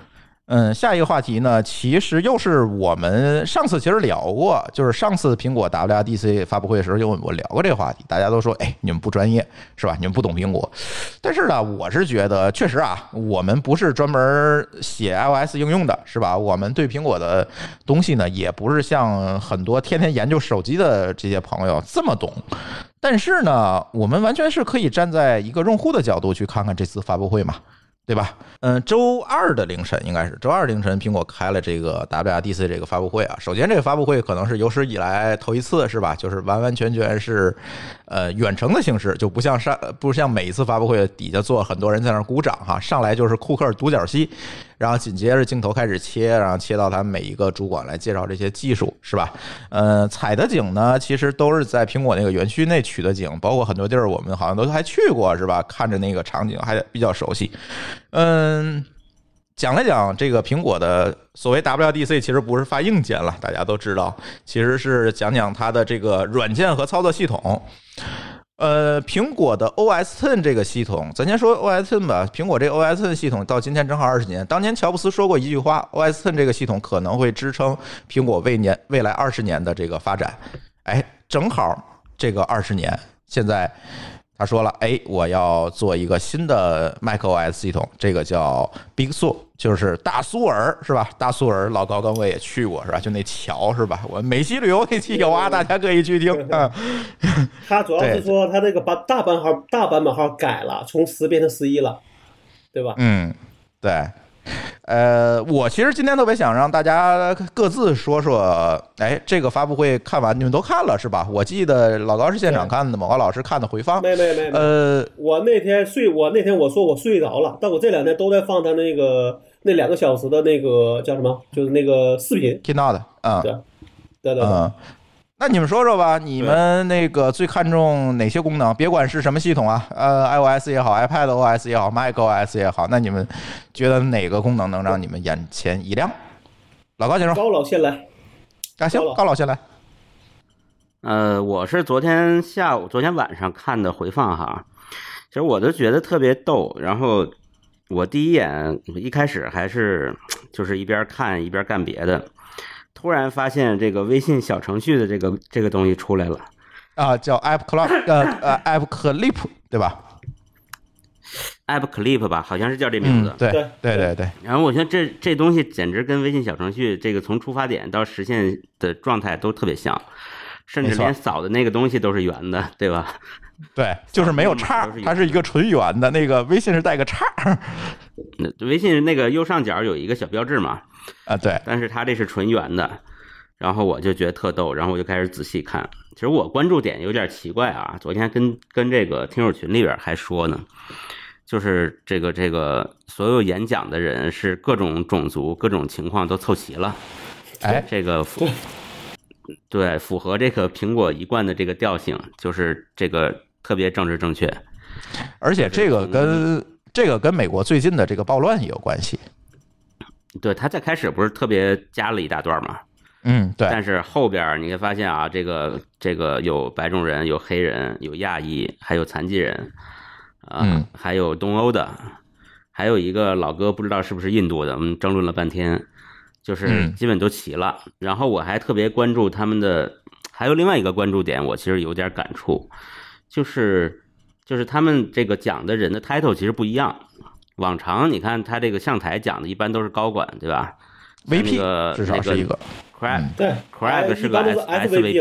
嗯，下一个话题呢，其实又是我们上次其实聊过，就是上次苹果 W W D C 发布会的时候，就我聊过这个话题，大家都说，哎，你们不专业是吧？你们不懂苹果。但是呢，我是觉得确实啊，我们不是专门写 iOS 应用的，是吧？我们对苹果的东西呢，也不是像很多天天研究手机的这些朋友这么懂。但是呢，我们完全是可以站在一个用户的角度去看看这次发布会嘛。对吧？嗯，周二的凌晨应该是周二凌晨，苹果开了这个 W W D C 这个发布会啊。首先，这个发布会可能是有史以来头一次，是吧？就是完完全全是呃远程的形式，就不像上不像每一次发布会底下坐很多人在那鼓掌哈，上来就是库克独角戏，然后紧接着镜头开始切，然后切到他们每一个主管来介绍这些技术，是吧？呃，采的景呢，其实都是在苹果那个园区内取的景，包括很多地儿我们好像都还去过，是吧？看着那个场景还比较熟悉。嗯，讲了讲这个苹果的所谓 W W D C， 其实不是发硬件了，大家都知道，其实是讲讲它的这个软件和操作系统。呃，苹果的 O S X 这个系统，咱先说 O S X 吧。苹果这 O S X 系统到今天正好二十年。当年乔布斯说过一句话 ，O S X 这个系统可能会支撑苹果未年未来二十年的这个发展。哎，正好这个二十年，现在他说了，哎，我要做一个新的 macOS 系统，这个叫 Big Sur， 就是大苏尔，是吧？大苏尔，老高跟我也去过，是吧？就那桥，是吧？我美西旅游那期有啊，大家可以去听啊。 他主要是说他那个把大版号大版本号改了，从十变成十一了，对吧？ 嗯，对。呃，我其实今天特别想让大家各自说说，哎，这个发布会看完，你们都看了是吧？我记得老高是现场看的，某高老师看的回放。 没没没， 呃， 我那天睡，我那天我说我睡着了，但我这两天都在放他那个那两个小时的那个叫什么，就是那个视频。 Keynote，嗯， 对，对对对。 嗯，那你们说说吧，你们那个最看重哪些功能？别管是什么系统啊，呃 ，iOS 也好 ，iPadOS 也好 ，macOS 也好，那你们觉得哪个功能能让你们眼前一亮？老高先说。 高老先来。 啊，行，高老先来。 呃，我是昨天下午、昨天晚上看的回放哈，其实我都觉得特别逗。然后我第一眼一开始还是就是一边看一边干别的。突然发现这个微信小程序的这个这个东西出来了啊，叫 App Clip， 呃呃 App Clip 对吧 ？App Clip 吧，好像是叫这名字。 嗯、对对对对。 然后我觉得这这东西简直跟微信小程序这个从出发点到实现的状态都特别像，甚至连扫的那个东西都是圆的，对吧？ 对，就是没有叉，它是一个纯圆的。那个微信是带个叉。 微信那个右上角有一个小标志嘛。 啊，对， 但是它这是纯圆的，然后我就觉得特逗，然后我就开始仔细看。其实我关注点有点奇怪啊，昨天跟跟这个听友群里边还说呢，就是这个这个所有演讲的人是各种种族、各种情况都凑齐了， 哎， 这个符对符合这个苹果一贯的这个调性，就是这个特别政治正确， 而且这个跟这个跟美国最近的这个暴乱也有关系。 对，他在开始不是特别加了一大段嘛， 嗯，对。 但是后边你会发现啊，这个这个有白种人，有黑人，有亚裔，还有残疾人，啊、呃嗯， 还有东欧的，还有一个老哥不知道是不是印度的，我们争论了半天，就是基本都齐了。嗯、然后我还特别关注他们的，还有另外一个关注点，我其实有点感触，就是就是他们这个讲的人的 title 其实不一样。往常你看他这个上台讲的一般都是高管，对吧 ？V P 那个至少是一个 ，Craig、 嗯、对 ，Craig 是个 S V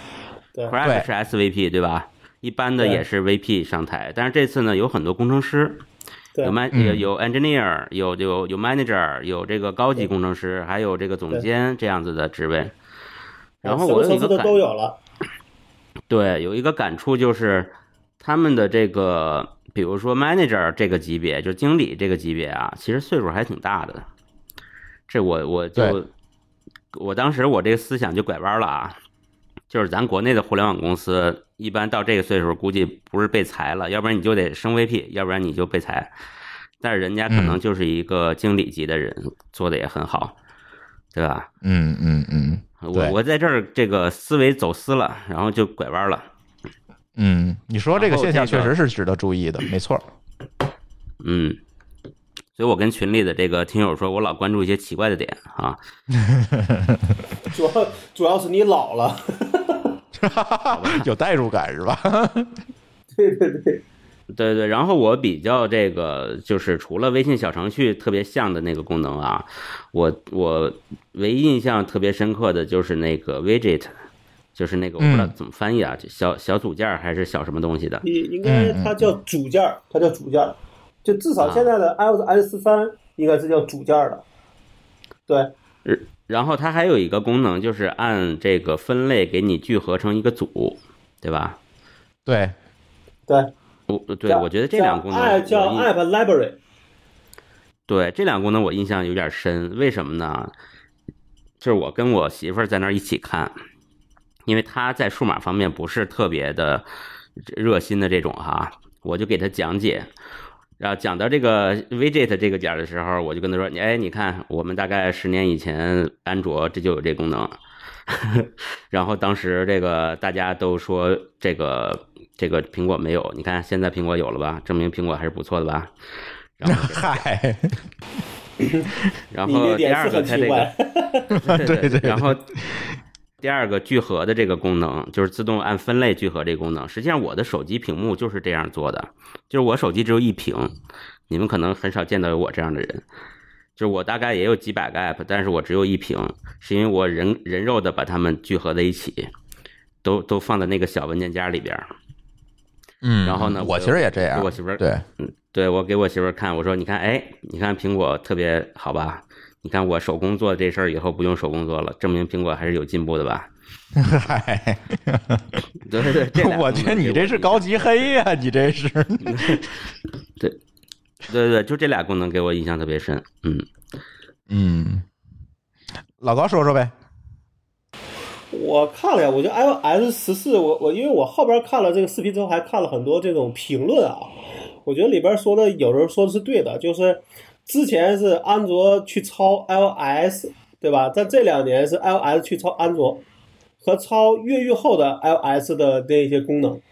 P，Craig 是 S V P 对吧？一般的也是 V P 上台，但是这次呢有很多工程师，有 man 有有 engineer， 有有有 manager， 有这个高级工程师，还有这个总监这样子的职位。然后我有一个感都有了， 对，有一个感触就是他们的这个。比如说 manager 这个级别，就是经理这个级别啊，其实岁数还挺大的。这我我就我当时我这个思想就拐弯了啊，就是咱国内的互联网公司一般到这个岁数，估计不是被裁了，要不然你就得升 V P， 要不然你就被裁。但是人家可能就是一个经理级的人，嗯、做的也很好，对吧？ 嗯嗯嗯， 我我在这儿这个思维走私了，然后就拐弯了。 嗯，你说这个现象确实是值得注意的，没错。 嗯， 所以我跟群里的这个听友说，我老关注一些奇怪的点啊。 主要主要是你老了， 有代入感是吧？ 对对对。 对对，然后我比较这个就是除了微信小程序特别像的那个功能啊，我我唯一印象特别深刻的就是那个 widget， 就是那个我不知道怎么翻译啊，嗯、小小组件还是小什么东西的？ 应该它叫组件，它叫组件，就至少现在的 iOS S 十三应该是叫组件的。对。 然后它还有一个功能，就是按这个分类给你聚合成一个组，对吧？ 对。 对。 我对我觉得这两个功能叫 App Library， 对这两个功能我印象有点深，为什么呢？就是我跟我媳妇儿在那儿一起看，因为她在数码方面不是特别的热心的这种哈，我就给她讲解，然后讲到这个 widget 这个点的时候，我就跟她说，哎，你看我们大概十年以前安卓这就有这功能，然后当时这个大家都说这个。这个苹果没有，你看现在苹果有了吧？证明苹果还是不错的吧？然后嗨， 然后第二个它这个，对对对，然后第二个聚合的这个功能，就是自动按分类聚合这个功能。实际上我的手机屏幕就是这样做的，就是我手机只有一屏，你们可能很少见到有我这样的人。就是我大概也有几百个 app， 但是我只有一屏，是因为我人人肉的把它们聚合在一起，都都放在那个小文件夹里边。 嗯， 然后呢， 我其实也这样。 我媳妇儿对， 嗯，对我给我媳妇儿看，我说你看，哎，你看苹果特别好吧？你看我手工做这事儿以后不用手工做了，证明苹果还是有进步的吧？ 嗨， 对对对， 我觉得你这是高级黑呀、啊，你这是。 对，对对，就这俩功能给我印象特别深。嗯嗯，老高说说呗。 我看了呀，我觉得 iOS 十四，我我因为我后边看了这个视频之后，还看了很多这种评论啊。我觉得里边说的有人说的是对的，就是之前是安卓去抄 iOS， 对吧？但这两年是 iOS 去抄安卓，和抄越狱后的 iOS 的那些功能。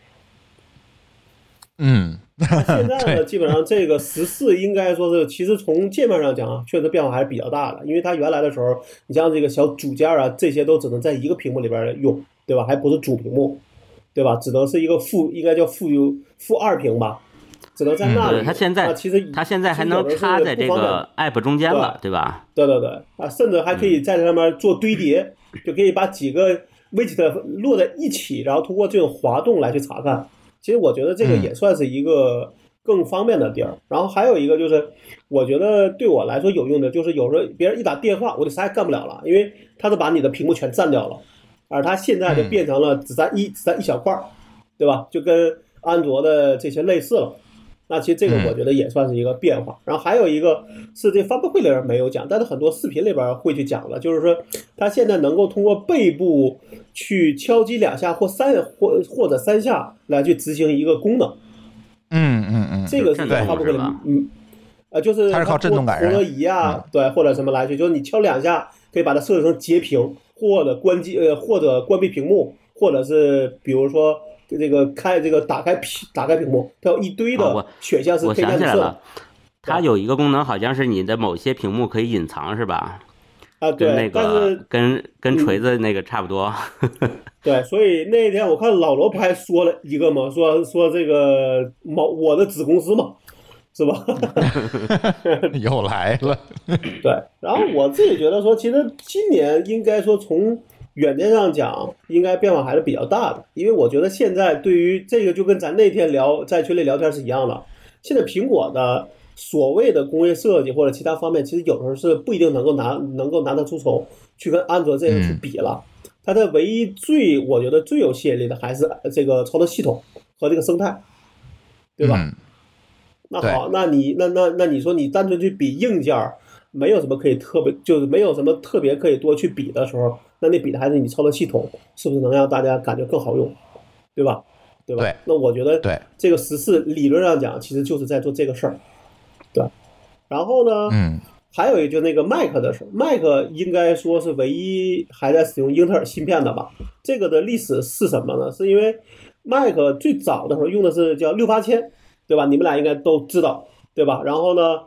嗯， 现在呢，基本上这个十四应该说是，其实从界面上讲啊，确实变化还是比较大的。因为它原来的时候，你像这个小组件啊，这些都只能在一个屏幕里边用，对吧？还不是主屏幕，对吧？只能是一个负，应该叫负 U 负二屏吧，只能在那里。 它现在其实它现在还能插在这个 app 中间了，对吧？ 对对对啊，甚至还可以在上面做堆叠，嗯、就可以把几个 widget 落在一起，然后通过这种滑动来去查看。其实我觉得这个也算是一个更方便的地儿。嗯、然后还有一个就是，我觉得对我来说有用的，就是有时候别人一打电话，我就啥也干不了了，因为他是把你的屏幕全占掉了，而他现在就变成了只占一、嗯、只占一小块，对吧？就跟安卓的这些类似了。那其实这个我觉得也算是一个变化。然后还有一个是这发布会里边没有讲，但是很多视频里边会去讲的，就是说它现在能够通过背部去敲击两下或三或或者三下来去执行一个功能。 嗯嗯嗯， 这个是在发布会里，嗯，呃，就是它是靠震动感陀螺仪啊，嗯、对，或者什么来去，就是你敲两下可以把它设置成截屏，或者关机呃或者关闭屏幕，或者是比如说。这个开这个打开屏打开屏幕，它有一堆的选项是可以让你设的。它有一个功能，好像是你的某些屏幕可以隐藏，是吧？ 啊，对， 跟那个但是跟跟锤子那个差不多。 嗯、对，所以那天我看老罗不还说了一个嘛，说说这个某我的子公司嘛，是吧？ 又来了。 对，然后我自己觉得说，其实今年应该说从远见上讲，应该变化还是比较大的，因为我觉得现在对于这个就跟咱那天聊在群里聊天是一样的。现在苹果的所谓的工业设计或者其他方面，其实有时候是不一定能够拿能够拿得出手去跟安卓这样去比了。它的唯一最我觉得最有吸引力的还是这个操作系统和这个生态，对吧？ 嗯、 那好，那你那那那你说你单纯去比硬件，没有什么可以特别，就是没有什么特别可以多去比的时候。那你比的还是你操作系统是不是能让大家感觉更好用，对吧？对吧？ 对。 那我觉得对这个十四理论上讲，其实就是在做这个事儿，对。然后呢， 嗯， 还有一就那个 Mac 的事 ，Mac 应该说是唯一还在使用英特尔芯片的吧？这个的历史是什么呢？是因为 Mac 最早的时候用的是叫六八千，对吧？你们俩应该都知道，对吧？然后呢，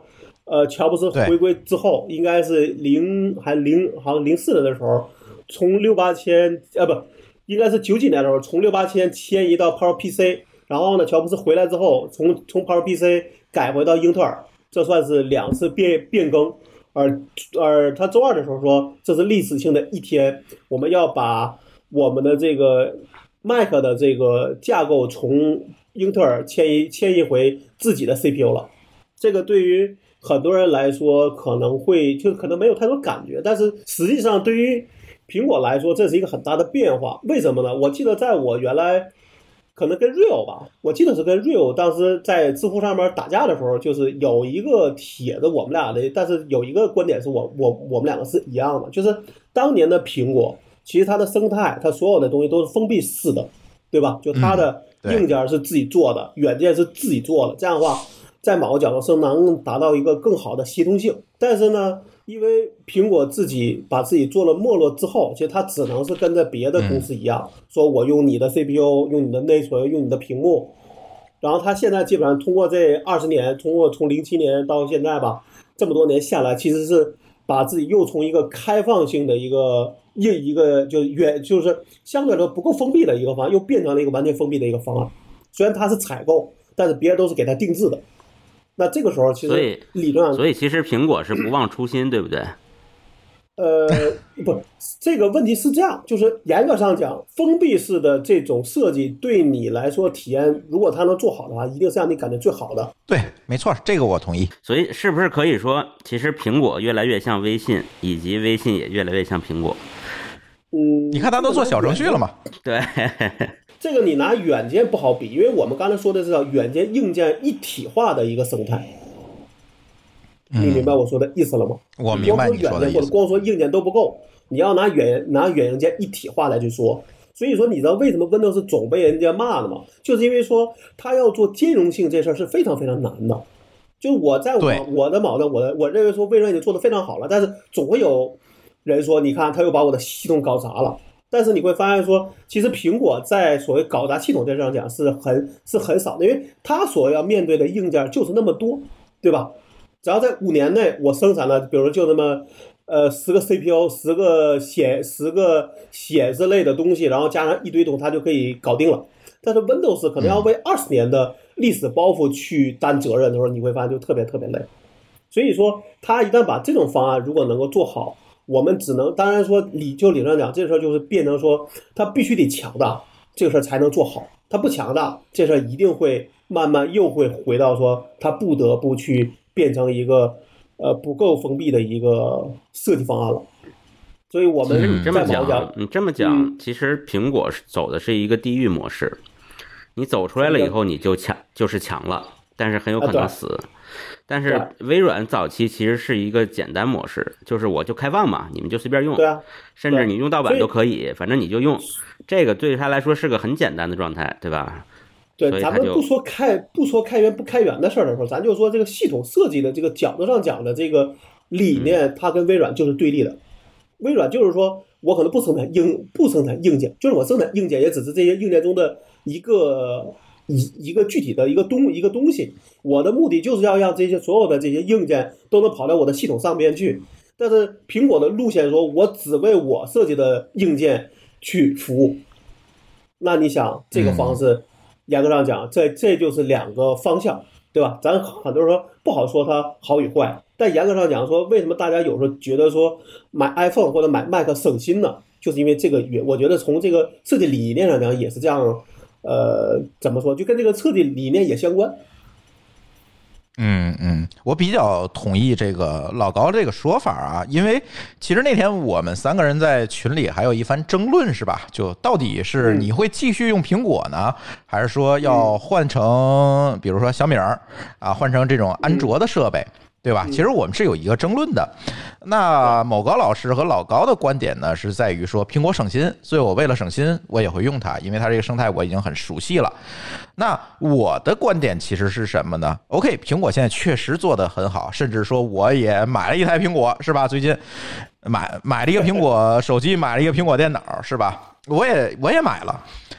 呃，乔布斯回归之后，应该是零还零好像零四年的时候，从六八千呃不，应该是九几年的时候，从六八千迁移到 PowerPC， 然后呢，乔布斯回来之后，从从 PowerPC 改回到英特尔，这算是两次变变更。而而他周二的时候说，这是历史性的一天，我们要把我们的这个 Mac 的这个架构从英特尔迁移迁移回自己的 C P U 了。这个对于很多人来说可能会就可能没有太多感觉，但是实际上对于苹果来说，这是一个很大的变化。为什么呢？我记得在我原来可能跟 Real 吧，我记得是跟 Real 当时在知乎上面打架的时候，就是有一个帖子我们俩的，但是有一个观点是我我我们两个是一样的，就是当年的苹果其实它的生态，它所有的东西都是封闭式的，对吧？就它的硬件是自己做的，嗯、软件是自己做的，这样的话在某个角度上能达到一个更好的协同性。但是呢，因为苹果自己把自己做了没落之后，其实它只能是跟着别的公司一样，嗯、说我用你的 C P U， 用你的内存，用你的屏幕。然后它现在基本上通过这二十年，通过从零七年到现在吧，这么多年下来，其实是把自己又从一个开放性的一个一一个就远就是相对来说不够封闭的一个方案，又变成了一个完全封闭的一个方案。虽然它是采购，但是别人都是给它定制的。那这个时候其实理论上， 所以其实苹果是不忘初心，对不对？ 呃，不，这个问题是这样，就是严格上讲，封闭式的这种设计对你来说体验，如果它能做好的话，一定是让你感觉最好的。 对，没错，这个我同意。 所以是不是可以说，其实苹果越来越像微信，以及微信也越来越像苹果？ 嗯， 你看它都做小程序了嘛？ 对。 这个你拿软件不好比，因为我们刚才说的是软件硬件一体化的一个生态。你明白我说的意思了吗？ 我明白你说的意思。 或者光说硬件都不够，你要拿软拿软硬件一体化来去说。所以说，你知道为什么 Windows 总被人家骂的吗？就是因为说它要做兼容性这事儿是非常非常难的。就我在我我的矛盾，我的我认为说微软已经做得非常好了，但是总会有人说，你看他又把我的系统搞砸了。但是你会发现说，其实苹果在所谓搞砸系统这上讲是很是很少的，因为它所要面对的硬件就是那么多，对吧？只要在五年内我生产了，比如就那么呃十个 C P U， 十个显十个显示类的东西，然后加上一堆东西，它就可以搞定了。但是 Windows 可能要为二十年的历史包袱去担责任的时候，你会发现就特别特别累。所以说，它一旦把这种方案如果能够做好，我们只能当然说理就理论上讲，这事儿就是变成说它必须得强大，这个事儿才能做好。它不强大，这事儿一定会慢慢又会回到说它不得不去变成一个呃不够封闭的一个设计方案了。所以我们你这么讲，你这么讲，嗯、其实苹果走的是一个地狱模式。你走出来了以后，你就强就是强了，但是很有可能死。啊但是微软早期其实是一个简单模式，就是我就开放嘛，你们就随便用， 对啊， 甚至你用盗版都可以，反正你就用。这个对他来说是个很简单的状态，对吧？ 对，咱们不说开不说开源不开源的事儿的时候，咱就说这个系统设计的这个角度上讲的这个理念，它跟微软就是对立的。微软就是说我可能不生产硬不生产硬件，就是我生产硬件也只是这些硬件中的一个。一一个具体的一个东一个东西，我的目的就是要让这些所有的这些硬件都能跑到我的系统上边去。但是苹果的路线说，我只为我设计的硬件去服务。那你想这个方式，严格上讲，这这就是两个方向，对吧？咱很多人说不好说它好与坏，但严格上讲说，为什么大家有时候觉得说买 iPhone 或者买 Mac 省心呢？就是因为这个原，我觉得从这个设计理念上讲也是这样。呃，怎么说？就跟这个设计理念也相关。 嗯嗯，我比较同意这个老高这个说法啊，因为其实那天我们三个人在群里还有一番争论，是吧？就到底是你会继续用苹果呢，还是说要换成，比如说小米儿啊，换成这种安卓的设备？对吧？其实我们是有一个争论的。那某高老师和老高的观点呢，是在于说苹果省心，所以我为了省心，我也会用它，因为它这个生态我已经很熟悉了。那我的观点其实是什么呢 ？OK， 苹果现在确实做得很好，甚至说我也买了一台苹果，是吧？最近买买了一个苹果手机，买了一个苹果电脑，是吧？我也我也买了。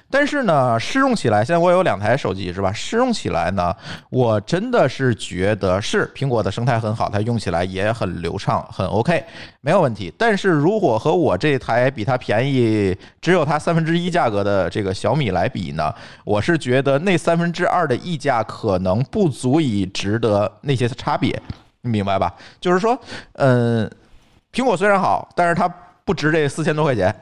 但是呢，试用起来，现在我有两台手机是吧？试用起来呢，我真的是觉得是苹果的生态很好，它用起来也很流畅，很 OK， 没有问题。但是如果和我这台比它便宜，只有它三分之一价格的这个小米来比呢，我是觉得那三分之二的溢价可能不足以值得那些差别，你明白吧？就是说，嗯，苹果虽然好，但是它不值这四千多块钱。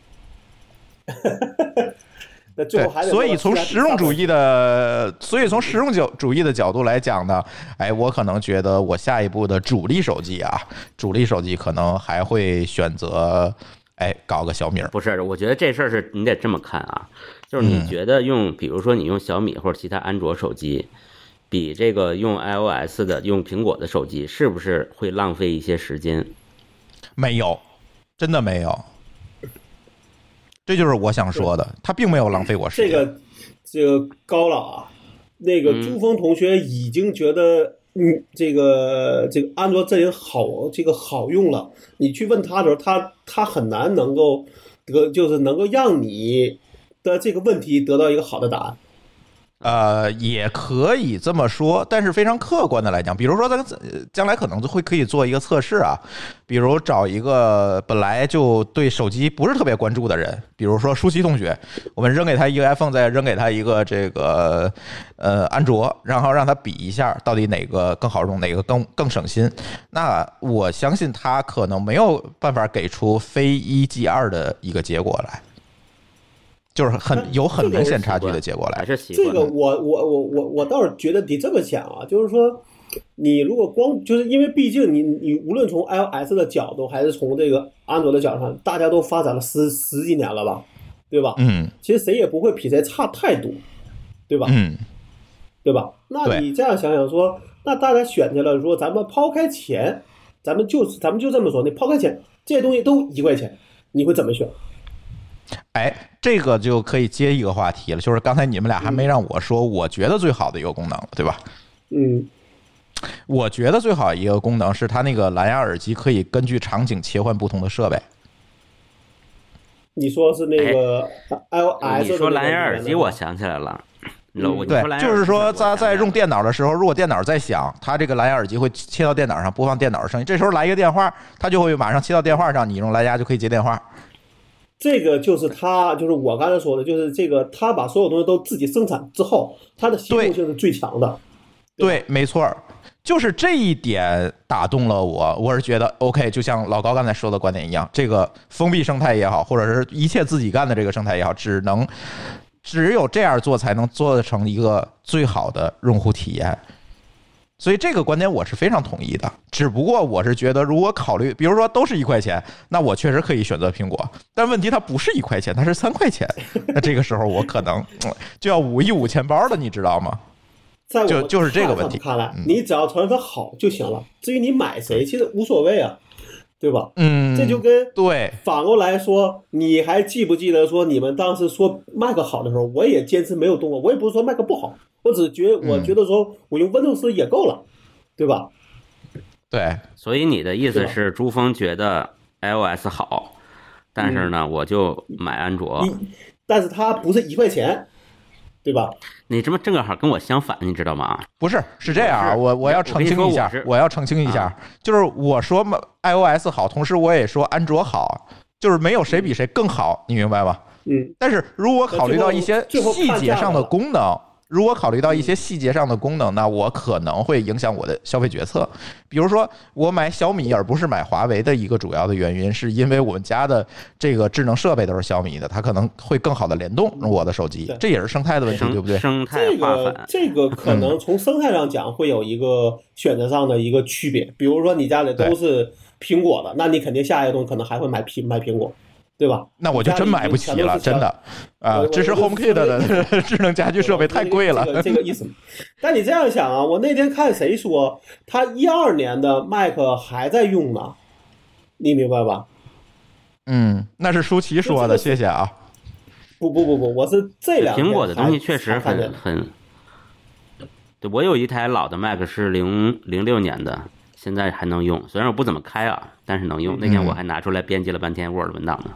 那最后还得所以从实用主义的，所以从实用角主义的角度来讲呢，哎，我可能觉得我下一步的主力手机啊，主力手机可能还会选择，哎，搞个小米。 不是，我觉得这事儿是你得这么看啊，就是你觉得用，比如说你用小米或者其他安卓手机，比这个用 iOS 的用苹果的手机，是不是会浪费一些时间？ 没有，真的没有。这就是我想说的，他并没有浪费我时间。 这个这个高了啊，那个朱峰同学已经觉得，嗯，这个这个安卓阵营好，这个好用了。你去问他的时候，他他很难能够得，就是能够让你的这个问题得到一个好的答案。 呃，也可以这么说，但是非常客观的来讲，比如说咱将来可能会可以做一个测试啊，比如找一个本来就对手机不是特别关注的人，比如说舒淇同学，我们扔给他一个 iPhone， 再扔给他一个这个呃安卓，然后让他比一下到底哪个更好用，哪个更更省心。那我相信他可能没有办法给出非一即二的一个结果来。就是很有很明显差距的结果来， 这个我我我我我倒是觉得你这么想啊，就是说，你如果光就是因为毕竟你你无论从 iOS 的角度还是从这个安卓的角度上，大家都发展了十十几年了吧，对吧？ 嗯， 其实谁也不会比谁差太多，对吧？ 嗯， 对吧？那你这样想想说，那大家选择了说，咱们抛开钱，咱们就咱们就这么说，你抛开钱，这些东西都一块钱，你会怎么选？ 哎，这个就可以接一个话题了，就是刚才你们俩还没让我说，我觉得最好的一个功能了，对吧？ 嗯， 我觉得最好一个功能是它那个蓝牙耳机可以根据场景切换不同的设备。 你说是那个 iOS？ 你说蓝牙耳机，我想起来了。 嗯、对，就是说在在用电脑的时候，如果电脑在响，它这个蓝牙耳机会切到电脑上播放电脑的声音，这时候来一个电话，它就会马上切到电话上，你用蓝牙就可以接电话。 这个就是他，就是我刚才说的，就是这个他把所有东西都自己生产之后，他的协同性是最强的。 对，对没错，就是这一点打动了我。我是觉得 OK， 就像老高刚才说的观点一样，这个封闭生态也好，或者是一切自己干的这个生态也好，只能只有这样做才能做成一个最好的用户体验。所以这个观点我是非常同意的，只不过我是觉得，如果考虑，比如说都是一块钱，那我确实可以选择苹果。但问题它不是一块钱，它是三块钱，那这个时候我可能就要捂一捂钱包了，你知道吗？ 在我就就是这个问题。 看来，你只要承认它好就行了，至于你买谁，其实无所谓啊，对吧？ 嗯， 这就跟对反过来说，你还记不记得说你们当时说 Mac 好的时候，我也坚持没有动过，我也不是说 Mac 不好。我只觉我觉得说我用 Windows 也够了，对吧？ 对， 所以你的意思是朱峰觉得 iOS 好，但是呢，我就买安卓， 但是它不是一块钱，对吧？ 你这么正好跟我相反，你知道吗？ 不是，是这样，我我要澄清一下，我要澄清一下，就是我说嘛 iOS 好，同时我也说安卓好，就是没有谁比谁更好，你明白吗？ 嗯。 但是如果考虑到一些细节上的功能。如果考虑到一些细节上的功能，那我可能会影响我的消费决策。比如说，我买小米而不是买华为的一个主要的原因，是因为我们家的这个智能设备都是小米的，它可能会更好的联动我的手机，这也是生态的问题，对不对？ 生态划分， 这个这个可能从生态上讲会有一个选择上的一个区别。比如说你家里都是苹果的，那你肯定下一个东西可能还会买苹买苹果。对吧？ 那我就真买不起了，真的啊！支持 HomeKit 的智能家居设备太贵了， 这个这个意思。但你这样想啊，我那天看谁说，他一二年的 Mac 还在用呢，你明白吧？ 嗯，那是舒淇说的，谢谢啊。 不不不不，我是这两天苹果的东西确实很很。对，我有一台老的 Mac 是零零六年的。现在还能用，虽然我不怎么开啊，但是能用。那天我还拿出来编辑了半天 Word 文档呢。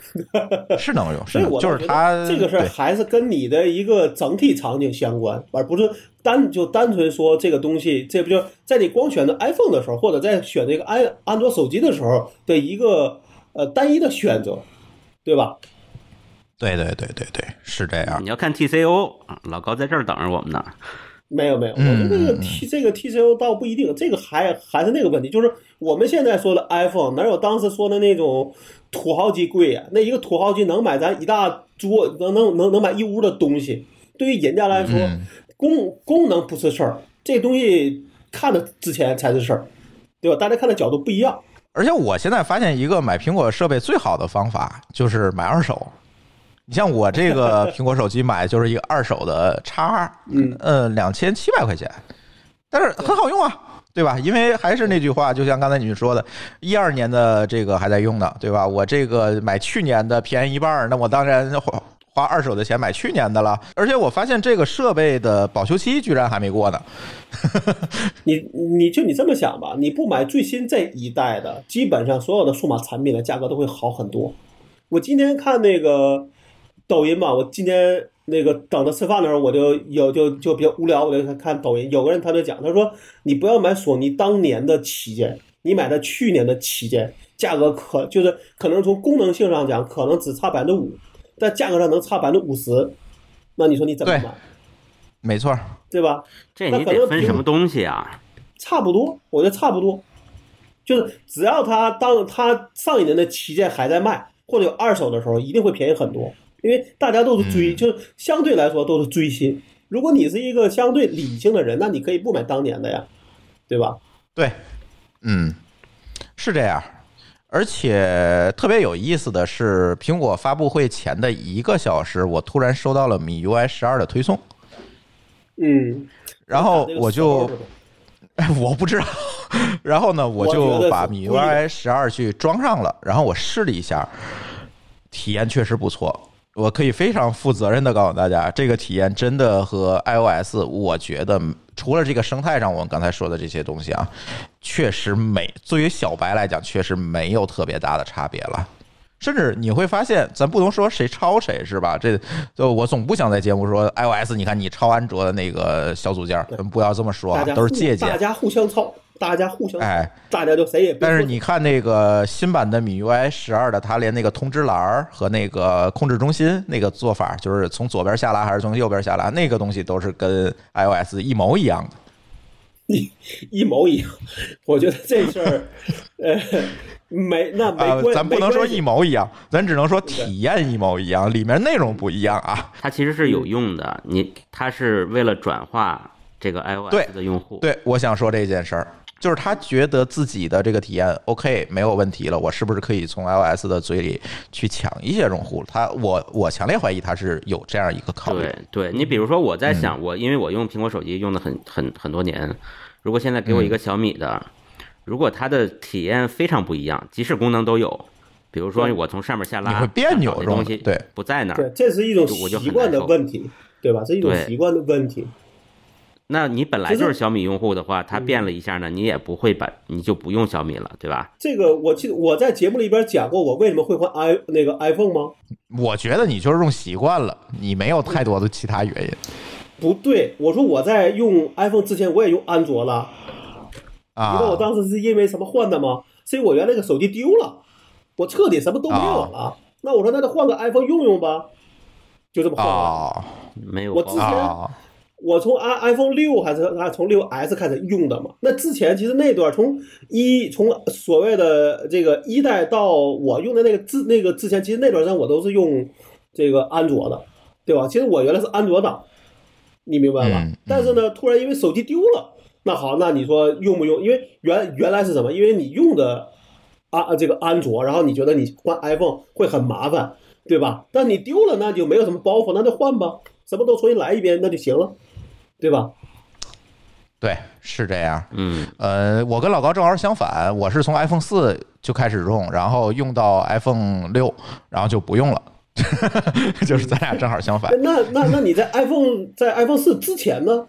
是能用， 所以我就是它这个事儿还是跟你的一个整体场景相关，而不是单就单纯说这个东西，这不就在你光选择 iPhone 的时候，或者在选这个安安卓手机的时候的一个呃单一的选择，对吧？ 对对对对对，是这样。 你要看 T C O， 老高在这儿等着我们呢。 没有没有，我觉得这个 T、嗯、这个 T C O 倒不一定，这个还还是那个问题，就是我们现在说的 iPhone 哪有当时说的那种土豪机贵呀、啊？那一个土豪机能买咱一大桌，能能能能买一屋的东西。对于人家来说，嗯、功功能不是事儿，这东西看的之前才是事儿，对吧？大家看的角度不一样。 而且我现在发现一个买苹果设备最好的方法就是买二手。你像我这个苹果手机买就是一个二手的叉，嗯，呃，两千七百块钱，但是很好用啊，对吧？因为还是那句话，就像刚才你们说的，一二年的这个还在用呢，对吧？我这个买去年的便宜一半，那我当然花花二手的钱买去年的了。而且我发现这个设备的保修期居然还没过呢。 你你就你这么想吧，你不买最新这一代的，基本上所有的数码产品的价格都会好很多。我今天看那个抖音嘛，我今天那个等着吃饭的时候，我就有就就比较无聊，我就看抖音。有个人他就讲，他说你不要买索尼当年的旗舰，你买的去年的旗舰，价格可就是可能从功能性上讲，可能只差百分之五，但价格上能差百分之五十，那你说你怎么买？ 没错， 对吧？ 这你得分什么东西啊？ 差不多，我觉得差不多，就是只要他当他上一年的旗舰还在卖，或者有二手的时候，一定会便宜很多。因为大家都是追，就是相对来说都是追新。如果你是一个相对理性的人，那你可以不买当年的呀，对吧？ 对，嗯，是这样。而且特别有意思的是，苹果发布会前的一个小时，我突然收到了米 U I 十二的推送。 嗯， 然后我就，我不知道。然后呢，我就把米 U I 十二去装上了，然后我试了一下，体验确实不错。我可以非常负责任的告诉大家，这个体验真的和 iOS 我觉得除了这个生态上我们刚才说的这些东西啊，确实没，对于小白来讲确实没有特别大的差别了。甚至你会发现，咱不能说谁抄谁是吧？这就我总不想在节目说 iOS 你看你抄安卓的那个小组件，咱不要这么说啊，都是借鉴， 大家互相抄，大家互相， 哎， 大家就谁也。 但是你看那个新版的米 U I 十二的，它连那个通知栏和那个控制中心那个做法，就是从左边下拉还是从右边下拉，那个东西都是跟 iOS 一模一样的。 一一模一样，我觉得这事儿，呃。没，那没关系、 呃，咱不能说一模一样，咱只能说体验一模一样，里面内容不一样啊。 它其实是有用的，你它是为了转化这个 iOS 的用户。 对，对，我想说这件事儿，就是他觉得自己的这个体验 OK 没有问题了，我是不是可以从 iOS 的嘴里去抢一些用户？他，我我强烈怀疑他是有这样一个考虑。 对，对你比如说我在想，嗯、我因为我用苹果手机用的很很很多年，如果现在给我一个小米的。嗯，如果它的体验非常不一样，即使功能都有，比如说我从上面下拉， 你会别扭， 这东西对不在那儿， 对，这是一种习惯的问题，对吧？这是一种习惯的问题。 那你本来就是小米用户的话，它变了一下呢，你也不会把，你就不用小米了，对吧？ 这个我记得我在节目里边讲过，我为什么会换 i 那个 iPhone 吗？ 我觉得你就是用习惯了，你没有太多的其他原因。 不对，我说我在用 iPhone 之前我也用安卓了。你知道我当时是因为什么换的吗？是因为我原来那个手机丢了，我彻底什么都没有了。啊、那我说那就换个 iPhone 用用吧，就这么换了。 啊、 没有。 我之前、啊、我从 iPhone 六还是从 六 S 开始用的嘛。那之前其实那段从一从所谓的这个一代到我用的那个之那个之前，其实那段上我都是用这个安卓的，对吧？其实我原来是安卓党，你明白吧？嗯嗯、但是呢，突然因为手机丢了。那好，那你说用不用？因为原原来是什么？因为你用的啊这个安卓，然后你觉得你换 iPhone 会很麻烦，对吧？但你丢了，那就没有什么包袱，那就换吧，什么都重新来一遍，那就行了，对吧？ 对，是这样。 嗯， 呃，我跟老高正好相反，我是从 iPhone 四就开始用，然后用到 iPhone 六，然后就不用了。就是咱俩正好相反。 那那那你在 iPhone 在 iPhone 四之前呢？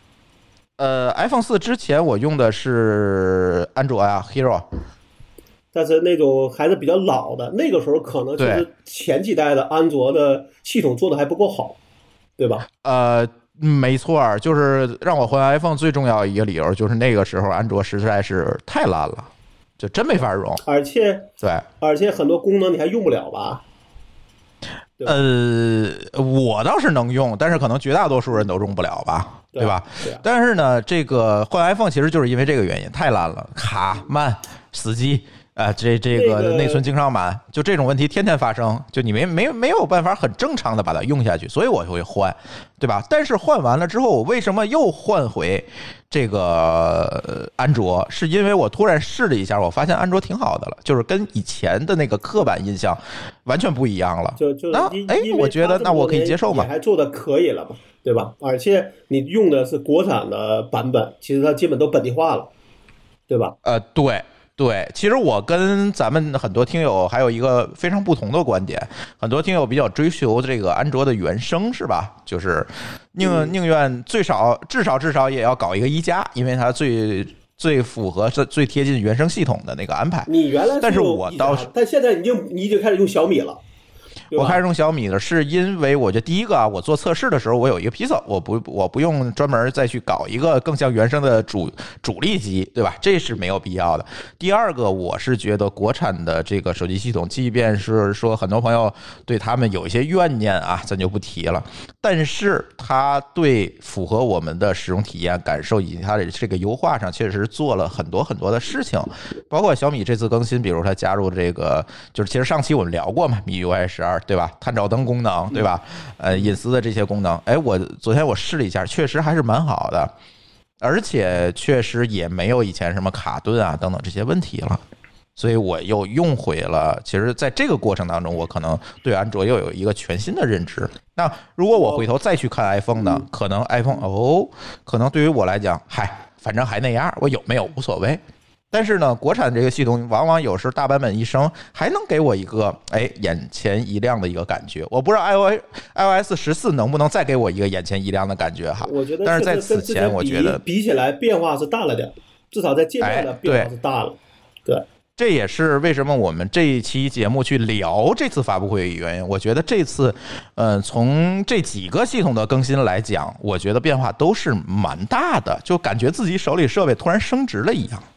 呃 ，iPhone 四之前我用的是安卓呀 ，Hero。 但是那种还是比较老的，那个时候可能就是前几代的安卓的系统做的还不够好，对吧？ 呃，没错，就是让我换 iPhone 最重要一个理由就是那个时候安卓实在是太烂了，就真没法用。 而且对， 而且很多功能你还用不了吧？ 呃，我倒是能用，但是可能绝大多数人都用不了吧，对, 对吧？ 对啊。 但是呢，这个换 iPhone 其实就是因为这个原因，太烂了，卡慢、死机。啊、呃，这这个内存经常满，就这种问题天天发生，就你没没没有办法很正常的把它用下去，所以我会换，对吧？但是换完了之后，我为什么又换回这个安卓？是因为我突然试了一下，我发现安卓挺好的了，就是跟以前的那个刻板印象完全不一样了。 就就那哎，我觉得那我可以接受嘛， 还做的可以了嘛，对吧？而且你用的是国产的版本，其实它基本都本地化了，对吧？ 呃，对。对，其实我跟咱们很多听友还有一个非常不同的观点，很多听友比较追求这个安卓的原生，是吧？就是宁宁愿最少至少至少也要搞一个一加，因为它最最符合最贴近原生系统的那个安排。 你原来但是我倒是， 但现在你就你已经开始用小米了。 我开始用小米的是因为我觉得第一个啊，我做测试的时候我有一个 Pixel， 我不我不用专门再去搞一个更像原生的主主力机，对吧？这是没有必要的。第二个，我是觉得国产的这个手机系统，即便是说很多朋友对他们有一些怨念啊，咱就不提了，但是它对符合我们的使用体验感受以及它的这个优化上，确实做了很多很多的事情，包括小米这次更新，比如它加入这个，就是其实上期我们聊过嘛，M I U I 十二。对吧？探照灯功能，对吧？呃，隐私的这些功能，哎，我昨天我试了一下，确实还是蛮好的，而且确实也没有以前什么卡顿啊等等这些问题了，所以我又用回了。其实，在这个过程当中，我可能对安卓又有一个全新的认知。那如果我回头再去看 iPhone 呢？可能 iPhone 哦，可能对于我来讲，嗨，反正还那样，我有没有无所谓。但是呢，国产这个系统往往有时大版本一升，还能给我一个哎眼前一亮的一个感觉。我不知道 iOS 十四能不能再给我一个眼前一亮的感觉哈。 我觉得， 但是在此前，我觉得比起来变化是大了点，至少在界面的变化是大了。哎、对， 这也是为什么我们这一期节目去聊这次发布会的原因。我觉得这次，呃，从这几个系统的更新来讲，我觉得变化都是蛮大的，就感觉自己手里设备突然升值了一样。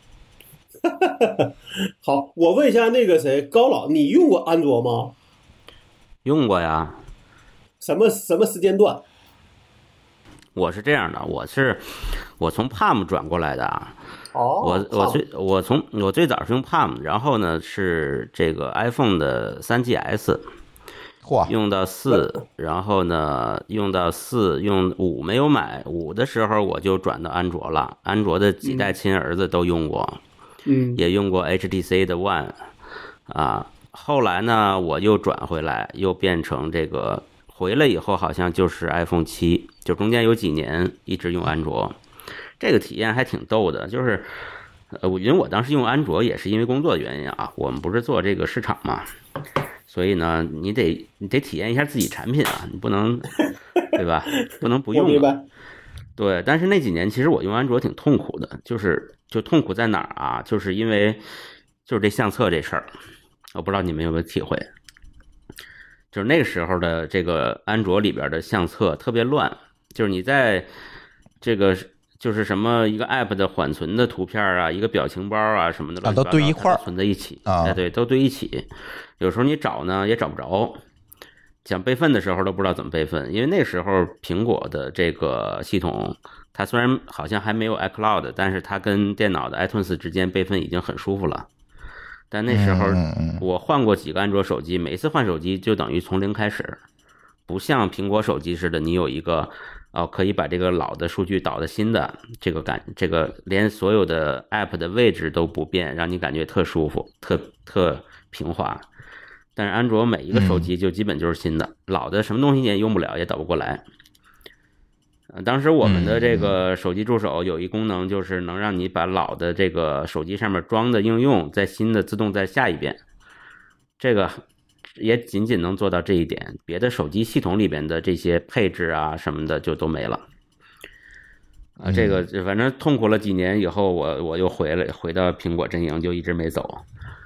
好，我问一下那个谁高老，你用过安卓吗？ 用过呀。 什么什么时间段？ 我是这样的，我是我从 Palm 转过来的啊。 哦， 我我最我从我最早是用 Palm， 然后呢是这个 iPhone 的 三 G S， 用到四，然后呢用到四，用五没有买，五的时候我就转到安卓了，安卓的几代亲儿子都用过。 嗯， 也用过 H T C 的 One 啊，后来呢我又转回来，又变成这个回来以后好像就是 iPhone 七，就中间有几年一直用安卓，这个体验还挺逗的，就是呃，因为我当时用安卓也是因为工作的原因啊，我们不是做这个市场嘛，所以呢你得你得体验一下自己产品啊，你不能对吧？不能不用。 我明白。 对，但是那几年其实我用安卓挺痛苦的，就是就痛苦在哪儿啊？就是因为就是这相册这事儿，我不知道你们有没有体会，就是那个时候的这个安卓里边的相册特别乱，就是你在这个就是什么一个 app 的缓存的图片啊，一个表情包啊什么的， 啊，都堆一块儿， 存在一起啊， 哎，对，都堆一起，有时候你找呢也找不着。想备份的时候都不知道怎么备份，因为那时候苹果的这个系统，它虽然好像还没有 iCloud， 但是它跟电脑的 iTunes 之间备份已经很舒服了。但那时候我换过几个安卓手机，每一次换手机就等于从零开始，不像苹果手机似的，你有一个哦可以把这个老的数据导到新的，这个感这个连所有的 app 的位置都不变，让你感觉特舒服，特特平滑。但是安卓每一个手机就基本就是新的，嗯、老的什么东西你也用不了，也导不过来。呃，当时我们的这个手机助手有一功能，就是能让你把老的这个手机上面装的应用，在新的自动再下一遍。这个也仅仅能做到这一点，别的手机系统里边的这些配置啊什么的就都没了。啊，这个反正痛苦了几年以后，我我又回来回到苹果阵营，就一直没走。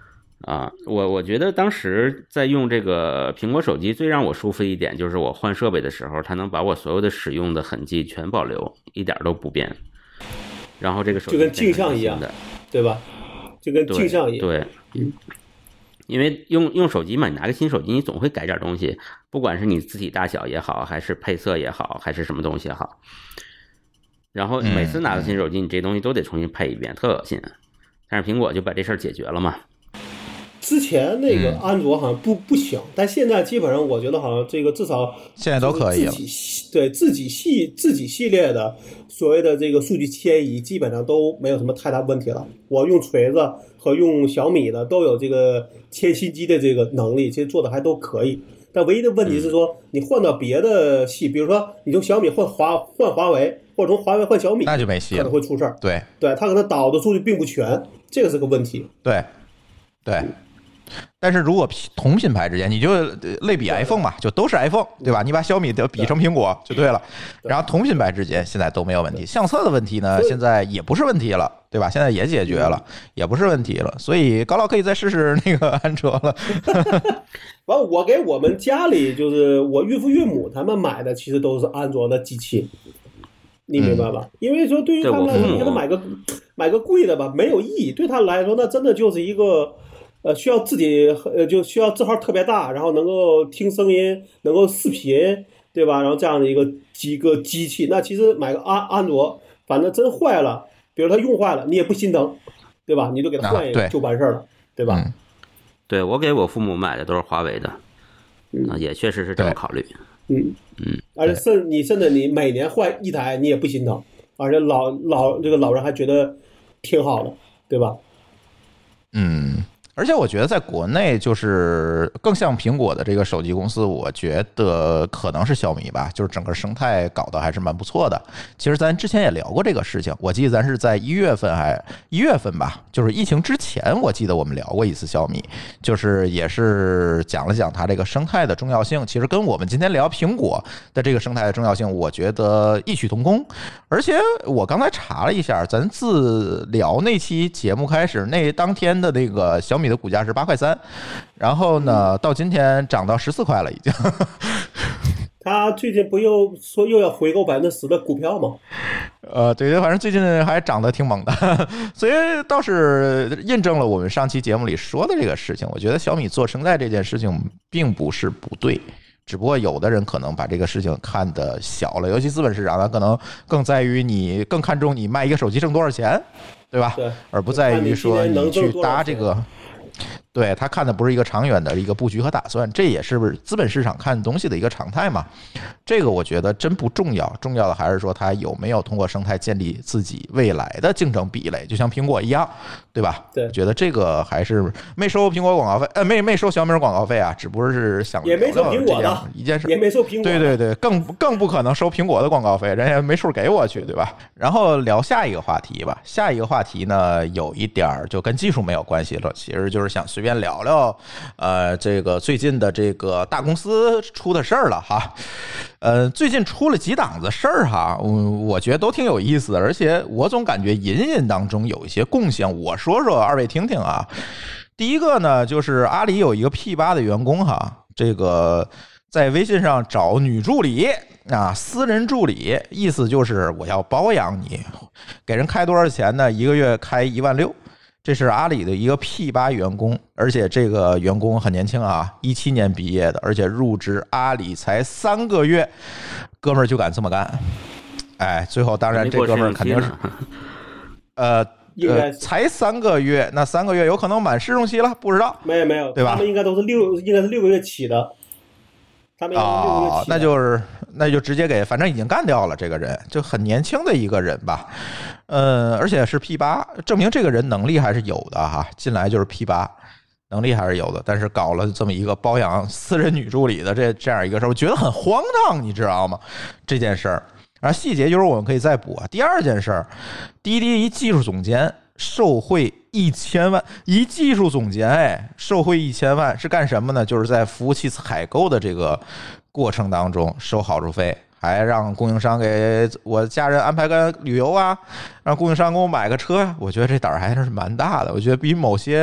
啊，我我觉得当时在用这个苹果手机最让我舒服的一点，就是我换设备的时候，它能把我所有的使用的痕迹全保留，一点都不变。然后这个手机就跟镜像一样的，对吧？就跟镜像一样。 对，嗯，因为用用手机嘛，你拿个新手机，你总会改点东西，不管是你字体大小也好，还是配色也好，还是什么东西也好。然后每次拿个新手机，你这东西都得重新配一遍，特恶心。但是苹果就把这事儿解决了嘛。 之前那个安卓好像不不行，但现在基本上我觉得好像这个至少现在都可以了。 对自己系自己系列的所谓的这个数据迁移，基本上都没有什么太大问题了。我用锤子和用小米的都有这个迁新机的这个能力，其实做的还都可以。但唯一的问题是说，你换到别的系，比如说你从小米换华换华为，或者从华为换小米， 那就没戏了， 可能会出事儿。 对对，它可能导的数据并不全，这个是个问题。 对对。但是如果同品牌之间，你就类比 iPhone 嘛，就都是 iPhone， 对吧？你把小米的比成苹果就对了。然后同品牌之间现在都没有问题，相册的问题呢，现在也不是问题了，对吧？现在也解决了，也不是问题了。所以高老可以再试试那个安卓了。 完，我给我们家里就是我岳父岳母他们买的，其实都是安卓的机器。你明白吧？嗯、因为说对于他们来说，你给他买个买个贵的吧，没有意义。对他来说，那真的就是一个。呃，需要自己呃，就需要字号特别大，然后能够听声音，能够视频，对吧？然后这样的一个几个机器，那其实买个安安卓，反正真坏了，比如它用坏了，你也不心疼，对吧？你就给它换一个就完事儿了，啊、对, 对吧？ 嗯、对我给我父母买的都是华为的， 嗯、 啊，也确实是这么考虑。 嗯嗯，而且甚你甚至你每年换一台，你也不心疼，而且老老这个老人还觉得挺好的，对吧？ 嗯。而且我觉得在国内就是更像苹果的这个手机公司，我觉得可能是小米吧，就是整个生态搞得还是蛮不错的。其实咱之前也聊过这个事情，我记得咱是在一月份还一月份吧，就是疫情之前，我记得我们聊过一次小米，就是也是讲了讲它这个生态的重要性。其实跟我们今天聊苹果的这个生态的重要性，我觉得异曲同工。而且我刚才查了一下，咱自聊那期节目开始，那当天的那个小米米的股价是八块三，然后呢，到今天涨到十四块了，已经。 他最近不又说又要回购百分之十的股票吗？ 呃，对对，反正最近还涨得挺猛的，所以倒是印证了我们上期节目里说的这个事情。我觉得小米做生态这件事情并不是不对，只不过有的人可能把这个事情看得小了，尤其资本市场，它可能更在于你更看重你卖一个手机挣多少钱，对吧？ 对， 而不在于说你去搭这个。对，他看的不是一个长远的一个布局和打算，这也是资本市场看东西的一个常态嘛。这个我觉得真不重要，重要的还是说他有没有通过生态建立自己未来的竞争壁垒，就像苹果一样，对吧？ 对， 我觉得这个还是没收苹果广告费，呃，没没收小米广告费啊，只不过是想也没收苹果的一件事， 也没收苹果， 对对对，更更不可能收苹果的广告费，人家没数给我去，对吧？然后聊下一个话题吧，下一个话题呢，有一点就跟技术没有关系了，其实就是想随便聊聊。呃，这个最近的这个大公司出的事儿了哈，呃，最近出了几档子事儿哈，嗯，我觉得都挺有意思的，而且我总感觉隐隐当中有一些共性，我说说二位听听啊。第一个呢，就是阿里有一个 P 八 的员工哈，这个在微信上找女助理啊，私人助理，意思就是我要包养你，给人开多少钱呢？一个月开一万六。这是阿里的一个 P 八 员工，而且这个员工很年轻啊，一七年毕业的，而且入职阿里才三个月，哥们儿就敢这么干。哎，最后当然这哥们儿肯定是，呃呃，才三个月，那三个月有可能满试用期了，不知道。 没有没有， 对吧？ 他们应该都是六，应该是六个月起的。他们哦，那就是那就直接给，反正已经干掉了这个人，就很年轻的一个人吧，呃，而且是 P 八，证明这个人能力还是有的哈，进来就是 P 八，能力还是有的，但是搞了这么一个包养私人女助理的这这样一个事儿，我觉得很荒唐，你知道吗？这件事儿，而细节就是我们可以再补啊。第二件事儿，滴滴一技术总监受贿一千万，一技术总监哎，受贿一千万是干什么呢？就是在服务器采购的这个过程当中收好处费，还让供应商给我家人安排个旅游啊，让供应商给我买个车呀。我觉得这胆儿还是蛮大的，我觉得比某些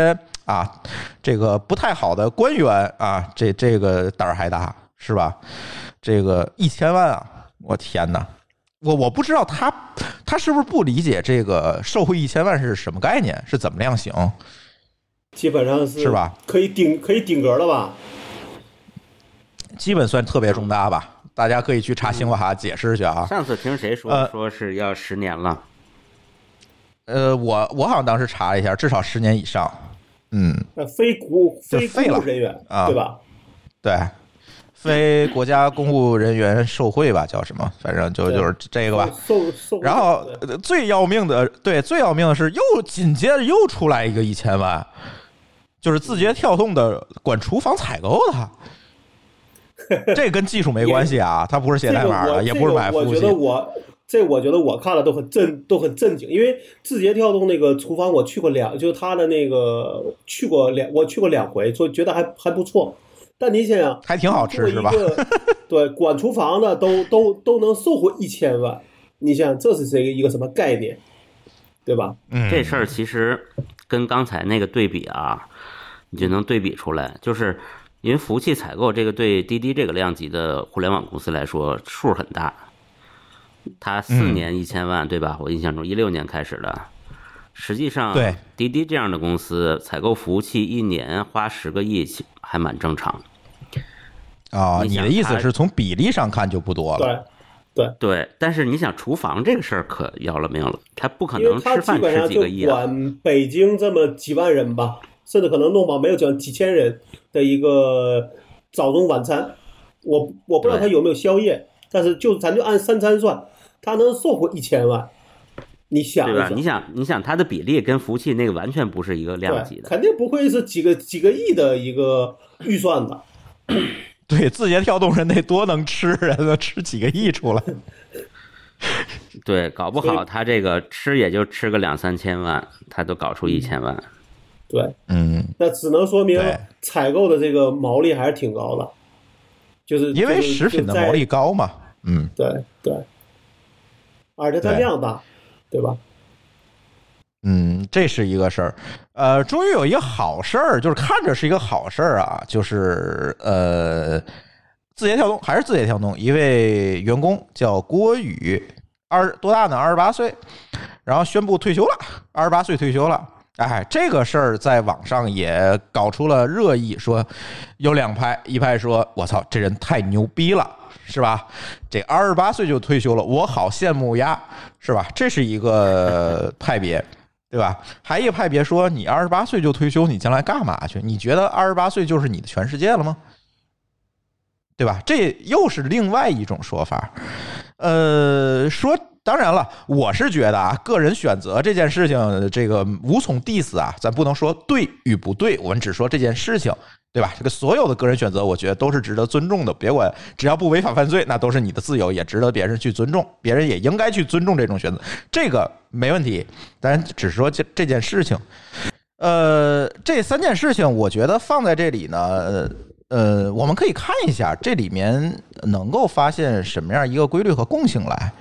啊，这个不太好的官员啊，这这个胆儿还大是吧？这个一千万啊，我天哪！我我不知道他他是不是不理解这个受贿一千万是什么概念，是怎么量刑？ 基本上是是吧？ 可以顶可以顶格了吧？ 基本算特别重大吧，大家可以去查新华哈解释去啊。 上次听谁说、呃、说是要十年了？ 呃，我我好像当时查了一下，至少十年以上。嗯， 呃，非公非公务人员啊， 对吧？ 对。非国家公务人员受贿吧，叫什么？反正就就是这个吧。然后最要命的，对，最要命的是又紧接着又出来一个一千万，就是字节跳动的管厨房采购的，这跟技术没关系啊，他不是写代码的， 这个、 也不是买服务器。 我觉得我这我觉得我看了都很震，都很震惊，因为字节跳动那个厨房我去过两，就是他的那个去过两，我去过两回，所以觉得还还不错。但你想想， 还挺好吃是吧？ 对，管厨房的都都都能收回一千万，你想这是这个一个什么概念，对吧？ 嗯，这事儿其实跟刚才那个对比啊，你就能对比出来，就是因为服务器采购这个对滴滴这个量级的互联网公司来说数很大，它四年一千万、嗯、对吧？我印象中一六年开始的。实际上， 对滴滴这样的公司采购服务器一年花十个亿还蛮正常。 啊、哦，你的意思是从比例上看就不多了？ 对对对，但是你想厨房这个事儿可要了命了，他不可能吃饭吃几个亿啊。 管北京这么几万人吧，甚至可能弄不好没有讲几千人的一个早中晚餐，我我不知道他有没有宵夜，但是就咱就按三餐算，他能收回一千万。你想对吧？你想，你想它的比例跟服务器那个完全不是一个量级的， 肯定不会是几个几个亿的一个预算的。 对，字节跳动人得多能吃啊，能吃几个亿出来。 对，搞不好他这个吃也就吃个两三千万，他都搞出一千万。 对， 嗯， 那只能说明采购的这个毛利还是挺高的，就是因为食品的毛利高嘛。嗯， 对对，而且它量大。对吧？ 嗯，这是一个事儿。呃，终于有一个好事儿，就是看着是一个好事儿啊，就是呃，字节跳动还是字节跳动一位员工叫郭宇，二多大呢？二十八岁，然后宣布退休了，二十八岁退休了。哎，这个事儿在网上也搞出了热议，说有两派，一派说我操，这人太牛逼了。是吧？这二十八岁就退休了，我好羡慕呀，是吧？这是一个派别，对吧？还一个派别说，你二十八岁就退休，你将来干嘛去？你觉得二十八岁就是你的全世界了吗？对吧？这又是另外一种说法。呃，说当然了，我是觉得啊，个人选择这件事情，这个无从 diss 啊，咱不能说对与不对，我们只说这件事情。对吧？这个所有的个人选择，我觉得都是值得尊重的。别管只要不违法犯罪，那都是你的自由，也值得别人去尊重。别人也应该去尊重这种选择，这个没问题。但只是说这这件事情，呃，这三件事情，我觉得放在这里呢，呃，我们可以看一下这里面能够发现什么样一个规律和共性来。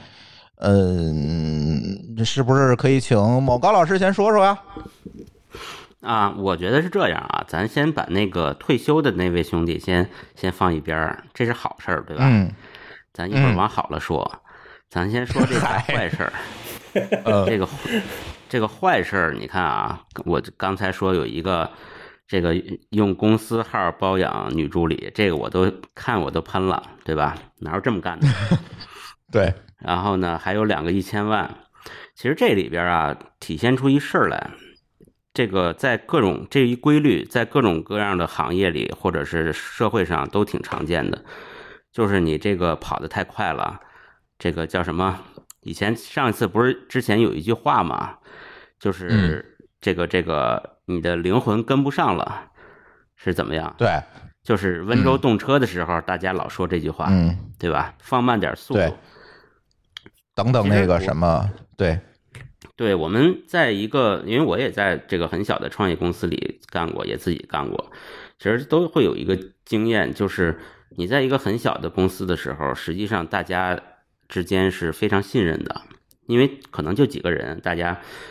嗯、呃，是不是可以请某高老师先说说呀？ 啊，我觉得是这样啊，咱先把那个退休的那位兄弟先先放一边，这是好事儿，对吧？ 嗯， 咱一会儿往好了说，嗯、咱先说这个坏事儿。这个这个坏事儿，你看啊，我刚才说有一个这个用公司号包养女助理，这个我都看我都喷了，对吧？哪有这么干的？ 对。 然后呢，还有两个一千万，其实这里边啊，体现出一事儿来。这个在各种这一规律，在各种各样的行业里或者是社会上都挺常见的，就是你这个跑得太快了，这个叫什么？以前上一次不是之前有一句话嘛，就是这个这个你的灵魂跟不上了，是怎么样？ 对， 就是温州动车的时候，大家老说这句话， 嗯， 对吧？放慢点速度， 对，等等那个什么，对。 对，我们在一个，因为我也在这个很小的创业公司里干过，也自己干过，其实都会有一个经验，就是你在一个很小的公司的时候，实际上大家之间是非常信任的，因为可能就几个人，大家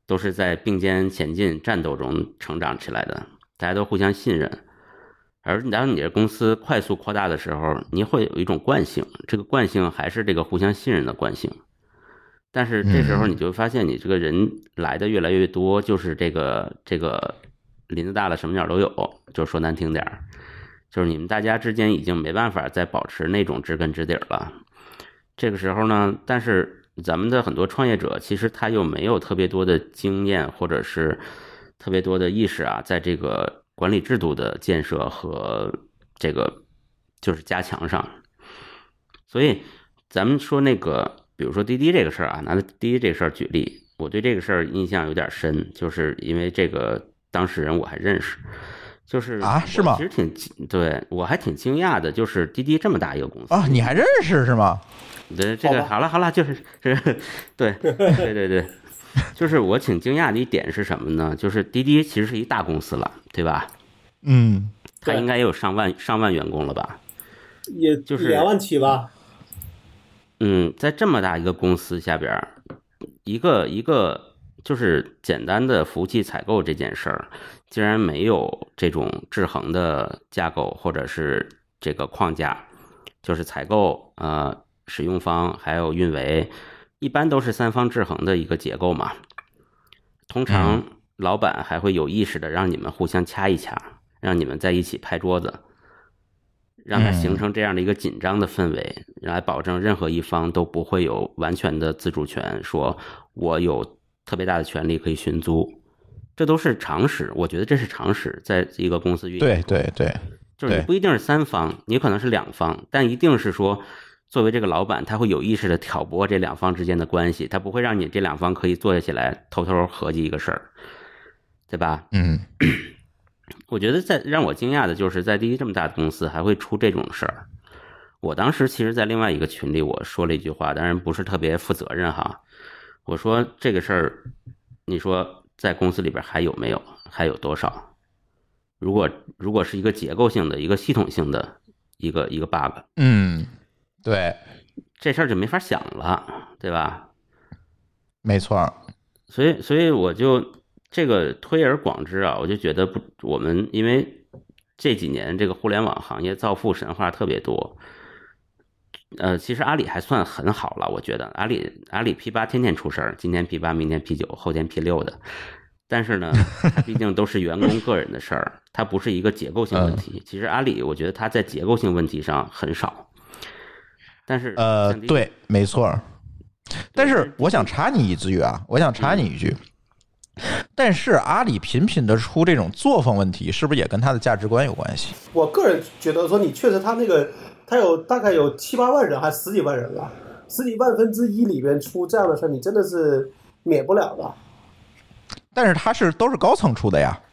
都是在并肩前进战斗中成长起来的，大家都互相信任。而当你的公司快速扩大的时候，你会有一种惯性，这个惯性还是这个互相信任的惯性。但是这时候你就发现你这个人来的越来越多，就是这个这个林子大了什么鸟都有，就说难听点，就是你们大家之间已经没办法再保持那种知根知底了。这个时候呢，但是咱们的很多创业者其实他又没有特别多的经验或者是特别多的意识啊，在这个管理制度的建设和这个就是加强上。所以咱们说那个比如说滴滴这个事儿啊，拿滴滴这个事儿举例，我对这个事儿印象有点深，就是因为这个当事人我还认识，就是啊，是吗？ 其实挺对我还挺惊讶的，就是滴滴这么大一个公司啊，你还认识是吗？ 对，这个好了好了，就是这个，对对对对，就是我挺惊讶的一点是什么呢？就是滴滴其实是一大公司了，对吧？ 嗯， 它应该也有上万上万员工了吧？ 也就是两万起吧。 嗯，在这么大一个公司下边，一个一个就是简单的服务器采购这件事儿，竟然没有这种制衡的架构或者是这个框架，就是采购呃。使用方还有运维一般都是三方制衡的一个结构嘛，通常老板还会有意识的让你们互相掐一掐，让你们在一起拍桌子，让它形成这样的一个紧张的氛围，来保证任何一方都不会有完全的自主权，说我有特别大的权利可以寻租，这都是常识，我觉得这是常识，在一个公司运营， 对对对， 就是你不一定是三方，你可能是两方，但一定是说作为这个老板，他会有意识的挑拨这两方之间的关系，他不会让你这两方可以坐下起来偷偷合计一个事儿，对吧？ 嗯， 我觉得在让我惊讶的就是在滴滴这么大的公司还会出这种事儿。我当时其实在另外一个群里我说了一句话，当然不是特别负责任哈，我说这个事儿你说在公司里边还有没有，还有多少？如果如果是一个结构性的一个系统性的一个一个 bug， 嗯，对， 这事儿就没法想了，对吧？ 没错。 所以，所以我就这个推而广之啊，我就觉得不，我们因为这几年这个互联网行业造富神话特别多，呃，其实阿里还算很好了，我觉得阿里阿里 P 八天天出事儿，今天 P 八，明天 P 九，后天 P 六的，但是呢，它毕竟都是员工个人的事儿，它不是一个结构性问题。其实阿里，我觉得它在结构性问题上很少。但是呃，对，没错。但是我想插你一句啊，我想插你一句。但是阿里频频的出这种作风问题，是不是也跟他的价值观有关系？ 我个人觉得说，你确实他那个，他有大概有七八万人，还十几万人了，十几万分之一里边出这样的事，你真的是免不了的。 但是他是都是高层出的呀。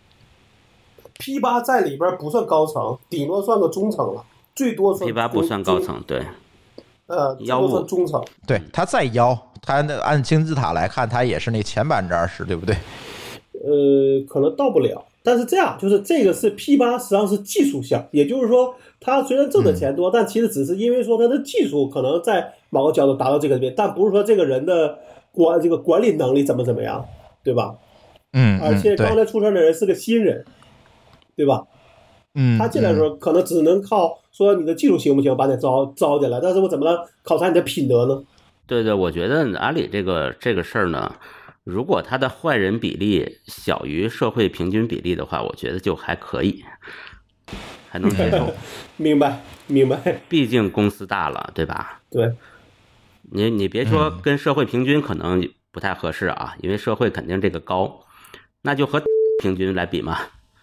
P 八在里边不算高层，顶多算个中层了，最多算 P 八不算高层，对。 呃，最多算中层， 对，他再腰，他按金字塔来看，他也是那前百分之二十，对不对？ 呃，可能到不了，但是这样，就是这个是 P 八，实际上是技术项，也就是说，他虽然挣的钱多，嗯、但其实只是因为说他的技术可能在某个角度达到这个边，但不是说这个人的管这个管理能力怎么怎么样，对吧？ 嗯， 而且刚才出事的人是个新人，对吧？ 嗯， 他进来的时候可能只能靠说你的技术行不行，把你招招进来，但是我怎么能考察你的品德呢？ 对对，我觉得阿里这个这个事儿呢，如果他的坏人比例小于社会平均比例的话，我觉得就还可以，还能接受。 明白，明白。 毕竟公司大了，对吧？ 对。 你你别说跟社会平均可能不太合适啊，因为社会肯定这个高，那就和平均来比嘛。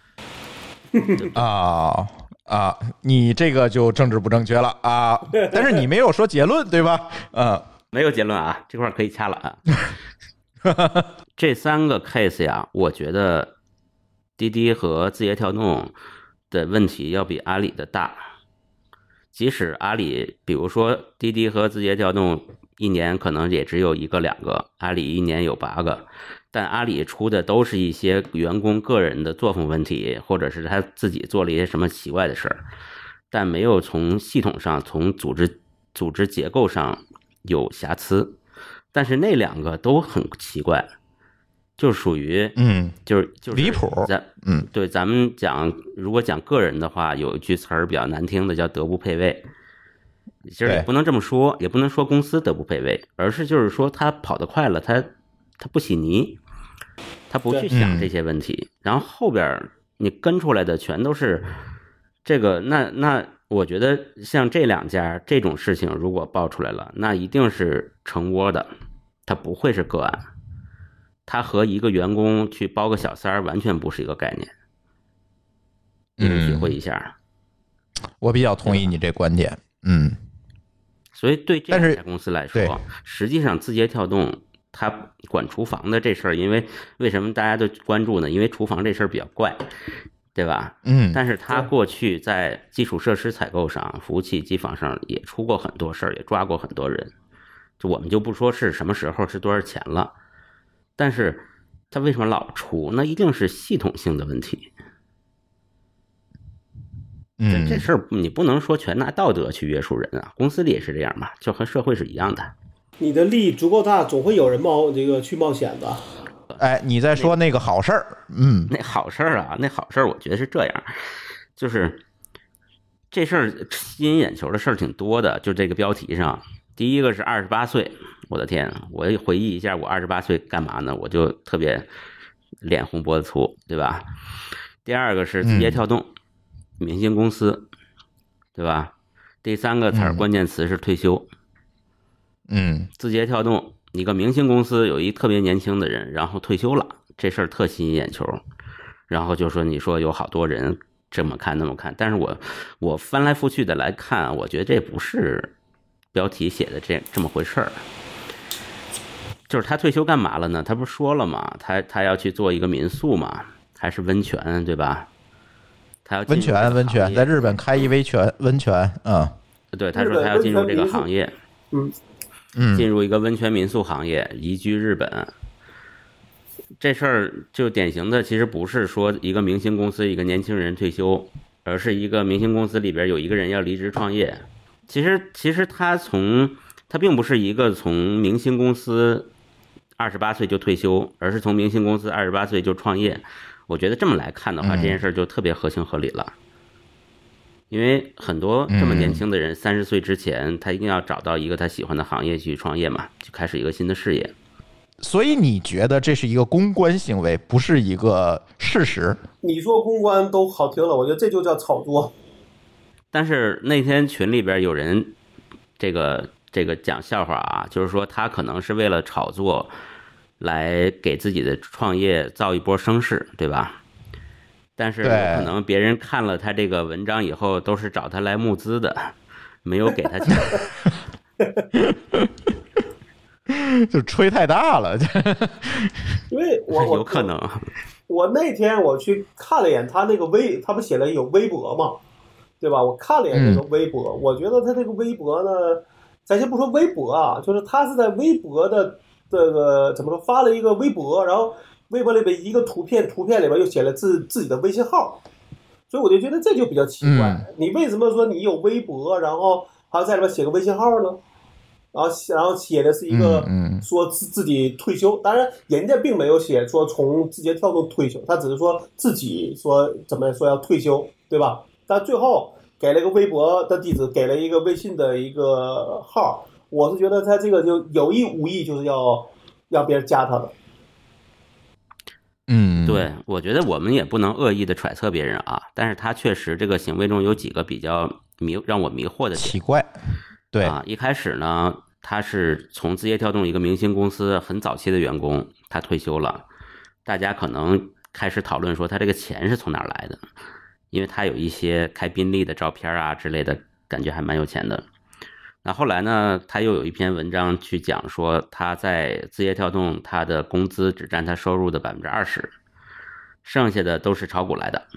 啊啊，你这个就政治不正确了啊！但是你没有说结论，对吧？嗯， 没有结论啊，这块可以掐了啊。这三个 case 呀，我觉得滴滴和字节跳动的问题要比阿里的大。即使阿里，比如说滴滴和字节跳动一年可能也只有一个两个，阿里一年有八个。但阿里出的都是一些员工个人的作风问题，或者是他自己做了一些什么奇怪的事儿，但没有从系统上、从组织组织结构上有瑕疵。但是那两个都很奇怪， 就属于嗯， 就是就是离谱。 咱嗯， 对，咱们讲如果讲个人的话，有一句词儿比较难听的叫德不配位。其实也不能这么说，也不能说公司德不配位，而是就是说他跑得快了，他他不洗泥，他不去想这些问题，然后后边你跟出来的全都是这个。那那我觉得像这两家这种事情如果爆出来了，那一定是成窝的，它不会是个案，它和一个员工去包个小三儿完全不是一个概念。你们体会一下。 嗯，我比较同意你这观点。嗯。 所以对这家公司来说，实际上字节跳动它管厨房的这事儿，因为为什么大家都关注呢？因为厨房这事儿比较怪，对吧？ 嗯。 但是它过去在基础设施采购上、服务器机房上也出过很多事儿，也抓过很多人。就我们就不说是什么时候、是多少钱了，但是它为什么老出？那一定是系统性的问题。 嗯， 这事儿你不能说全拿道德去约束人啊，公司里也是这样嘛，就和社会是一样的。 你的利益足够大，总会有人冒这个去冒险的。 哎，你在说那个好事儿？嗯， 那好事儿啊，那好事儿，我觉得是这样，就是这事儿吸引眼球的事儿挺多的。就这个标题上，第一个是二十八岁，我的天，我回忆一下我二十八岁干嘛呢？我就特别脸红脖子粗，对吧？第二个是字节跳动。嗯，明星公司，对吧？第三个词儿关键词是退休。 嗯， 字节跳动一个明星公司有一特别年轻的人，然后退休了，这事儿特吸引眼球。然后就说你说有好多人这么看那么看，但是我我翻来覆去的来看，我觉得这不是标题写的这这么回事儿。就是他退休干嘛了呢？他不是说了吗？他他要去做一个民宿嘛，还是温泉，对吧？ 温泉，温泉，在日本开一温泉，温泉，嗯， 对，他说他要进入这个行业， 嗯嗯， 进入一个温泉民宿行业，移居日本。这事儿就典型的，其实不是说一个明星公司一个年轻人退休，而是一个明星公司里边有一个人要离职创业。其实，其实他从他并不是一个从明星公司二十八岁就退休，而是从明星公司二十八岁就创业。我觉得这么来看的话，这件事就特别合情合理了。因为很多这么年轻的人，三十岁之前，他一定要找到一个他喜欢的行业去创业嘛，就开始一个新的事业。 所以你觉得这是一个公关行为，不是一个事实？ 你说公关都好听了，我觉得这就叫炒作。 但是那天群里边有人这个这个讲笑话啊，就是说他可能是为了炒作。来给自己的创业造一波声势，对吧？但是有可能别人看了他这个文章以后，都是找他来募资的，没有给他钱。 就吹太大了， 因为我有可能。 我那天我去看了一眼他那个微，他不写了有微博嘛，对吧？我看了一眼这个微博，嗯、我觉得他这个微博呢，咱先不说微博啊，就是他是在微博的。这个怎么说？发了一个微博，然后微博里边一个图片，图片里边又写了自自己的微信号，所以我就觉得这就比较奇怪。嗯、你为什么说你有微博，然后还要在里边写个微信号呢？然后然后写的是一个说自自己退休，当然人家并没有写说从字节跳动退休，他只是说自己说怎么说要退休，对吧？但最后给了一个微博的地址，给了一个微信的一个号。我是觉得他这个就有意无意就是要让别人加他的。 嗯， 对，我觉得我们也不能恶意的揣测别人啊，但是他确实这个行为中有几个比较迷让我迷惑的点奇怪。对啊，一开始呢，他是从字节跳动一个明星公司很早期的员工，他退休了，大家可能开始讨论说他这个钱是从哪儿来的，因为他有一些开宾利的照片啊之类的，感觉还蛮有钱的。那后来呢，他又有一篇文章去讲说他在字节跳动他的工资只占他收入的 百分之二十， 剩下的都是炒股来的。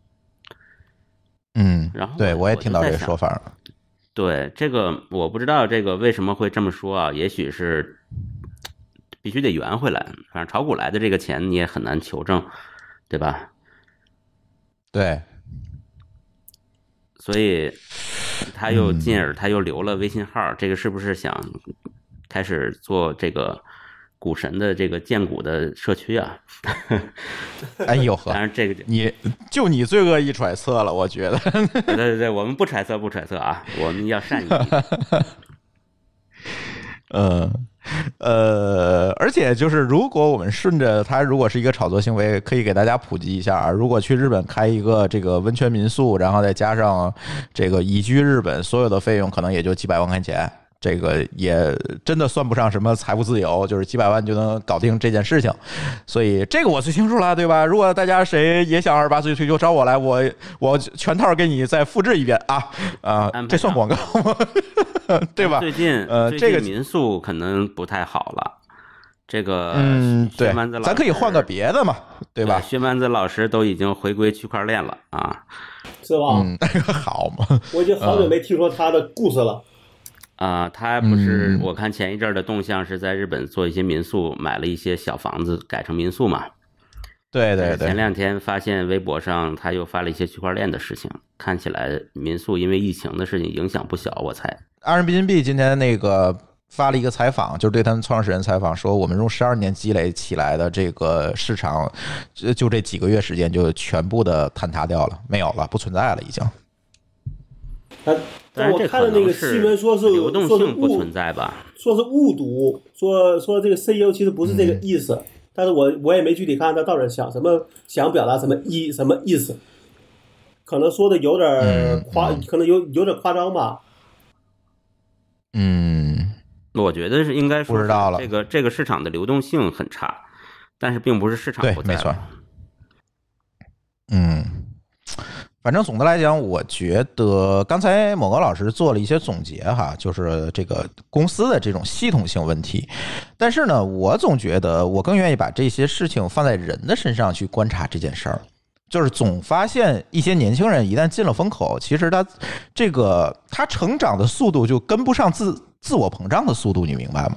嗯， 然后对，我也听到这个说法。 对，这个我不知道这个为什么会这么说啊，也许是必须得圆回来，反正炒股来的这个钱你也很难求证，对吧？ 对， 所以他又进而他又留了微信号，嗯、这个是不是想开始做这个股神的这个荐股的社区啊。 哎呦呵， 当然这个你就你罪恶一揣测了，我觉得。 对对对，我们不揣测不揣测啊，我们要善意。 嗯。呃，而且就是，如果我们顺着它，如果是一个炒作行为，可以给大家普及一下。如果去日本开一个这个温泉民宿，然后再加上这个移居日本，所有的费用可能也就几百万块钱。这个也真的算不上什么财富自由，就是几百万就能搞定这件事情，所以这个我最清楚了，对吧？如果大家谁也想二十八岁退休找我来，我我全套给你再复制一遍啊啊、呃！这算广告吗？对吧？ 最近呃，这个民宿可能不太好了。这个嗯，对，咱可以换个别的嘛，对吧？ 薛蛮子老师都已经回归区块链了啊， 是吧？ 嗯，那个好嘛， 我已经好久没听说他的故事了。 啊、呃，他不是，我看前一阵的动向是在日本做一些民宿，买了一些小房子改成民宿嘛。 对对对。 前两天发现微博上他又发了一些区块链的事情，看起来民宿因为疫情的事情影响不小，我猜。 阿人民币今天那个发了一个采访，就是对他们创始人采访，说我们用十二年积累起来的这个市场，就这几个月时间就全部的坍塌掉了，没有了，不存在了，已经。 啊，但我看的那个新闻说是流动性不存在吧？ 说是误读，说说这个 C E O 其实不是这个意思，嗯、但是我我也没具体看他到底想什么，想表达什么意什么意思，可能说的有点夸，嗯、可能有有点夸张吧。 嗯， 我觉得是应该说不知道了。 这个这个市场的流动性很差，但是并不是市场不在。 对，没错。嗯。反正总的来讲，我觉得刚才某个老师做了一些总结哈，就是这个公司的这种系统性问题。但是呢，我总觉得我更愿意把这些事情放在人的身上去观察这件事儿。就是总发现一些年轻人一旦进了风口，其实他这个他成长的速度就跟不上自自我膨胀的速度，你明白吗？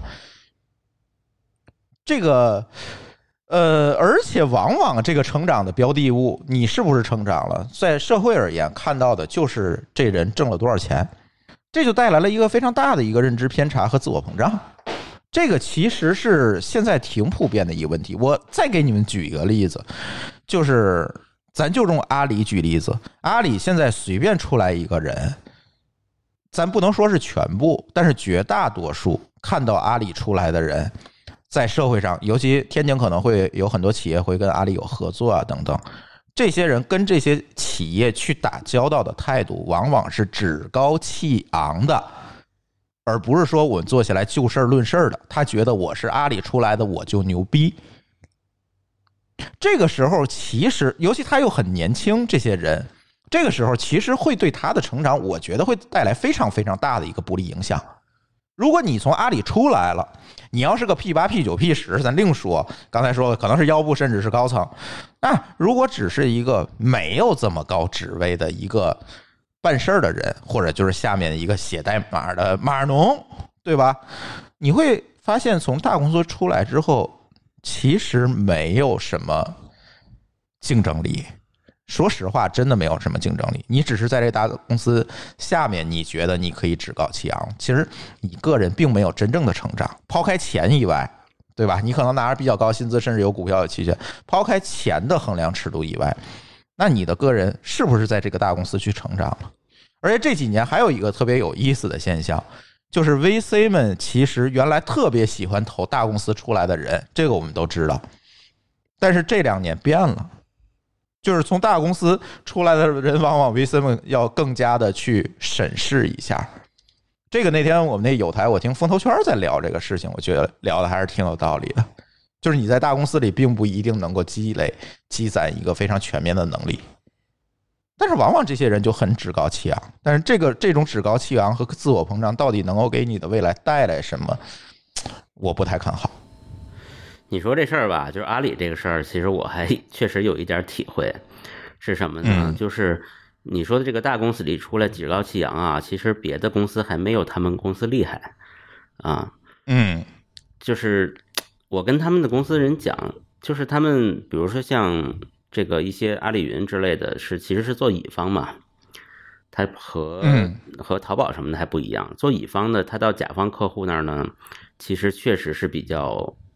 这个。呃，而且往往这个成长的标的物，你是不是成长了，在社会而言看到的就是这人挣了多少钱，这就带来了一个非常大的一个认知偏差和自我膨胀。这个其实是现在挺普遍的一个问题。我再给你们举一个例子，就是咱就用阿里举例子，阿里现在随便出来一个人，咱不能说是全部，但是绝大多数看到阿里出来的人，在社会上，尤其天津可能会有很多企业会跟阿里有合作啊等等，这些人跟这些企业去打交道的态度往往是趾高气昂的，而不是说我们坐下来就事论事的。他觉得我是阿里出来的我就牛逼。这个时候其实尤其他又很年轻，这些人这个时候其实会对他的成长我觉得会带来非常非常大的一个不利影响。如果你从阿里出来了，你要是个 P 八 P 九 P 十 咱另说，刚才说可能是腰部甚至是高层，那如果只是一个没有这么高职位的一个办事的人，或者就是下面一个写代码的码农，对吧？你会发现从大公司出来之后其实没有什么竞争力，说实话真的没有什么竞争力。你只是在这大公司下面你觉得你可以趾高气扬，其实你个人并没有真正的成长，抛开钱以外，对吧？你可能拿着比较高薪资，甚至有股票有期权，抛开钱的衡量尺度以外，那你的个人是不是在这个大公司去成长了？而且这几年还有一个特别有意思的现象，就是 V C 们其实原来特别喜欢投大公司出来的人，这个我们都知道，但是这两年变了，就是从大公司出来的人往往 V C 们要更加的去审视一下。这个那天我们那有台我听风投圈在聊这个事情，我觉得聊的还是挺有道理的，就是你在大公司里并不一定能够积累积攒一个非常全面的能力，但是往往这些人就很趾高气昂，但是这个这种趾高气昂和自我膨胀到底能够给你的未来带来什么，我不太看好。 你说这事儿吧，就是阿里这个事儿，其实我还确实有一点体会，是什么呢？嗯、就是你说的这个大公司里出来趾高气扬啊，其实别的公司还没有他们公司厉害啊。 嗯， 就是我跟他们的公司人讲，就是他们比如说像这个一些阿里云之类的是其实是做乙方嘛，它和、嗯、和淘宝什么的还不一样。做乙方的，他到甲方客户那儿呢，其实确实是比较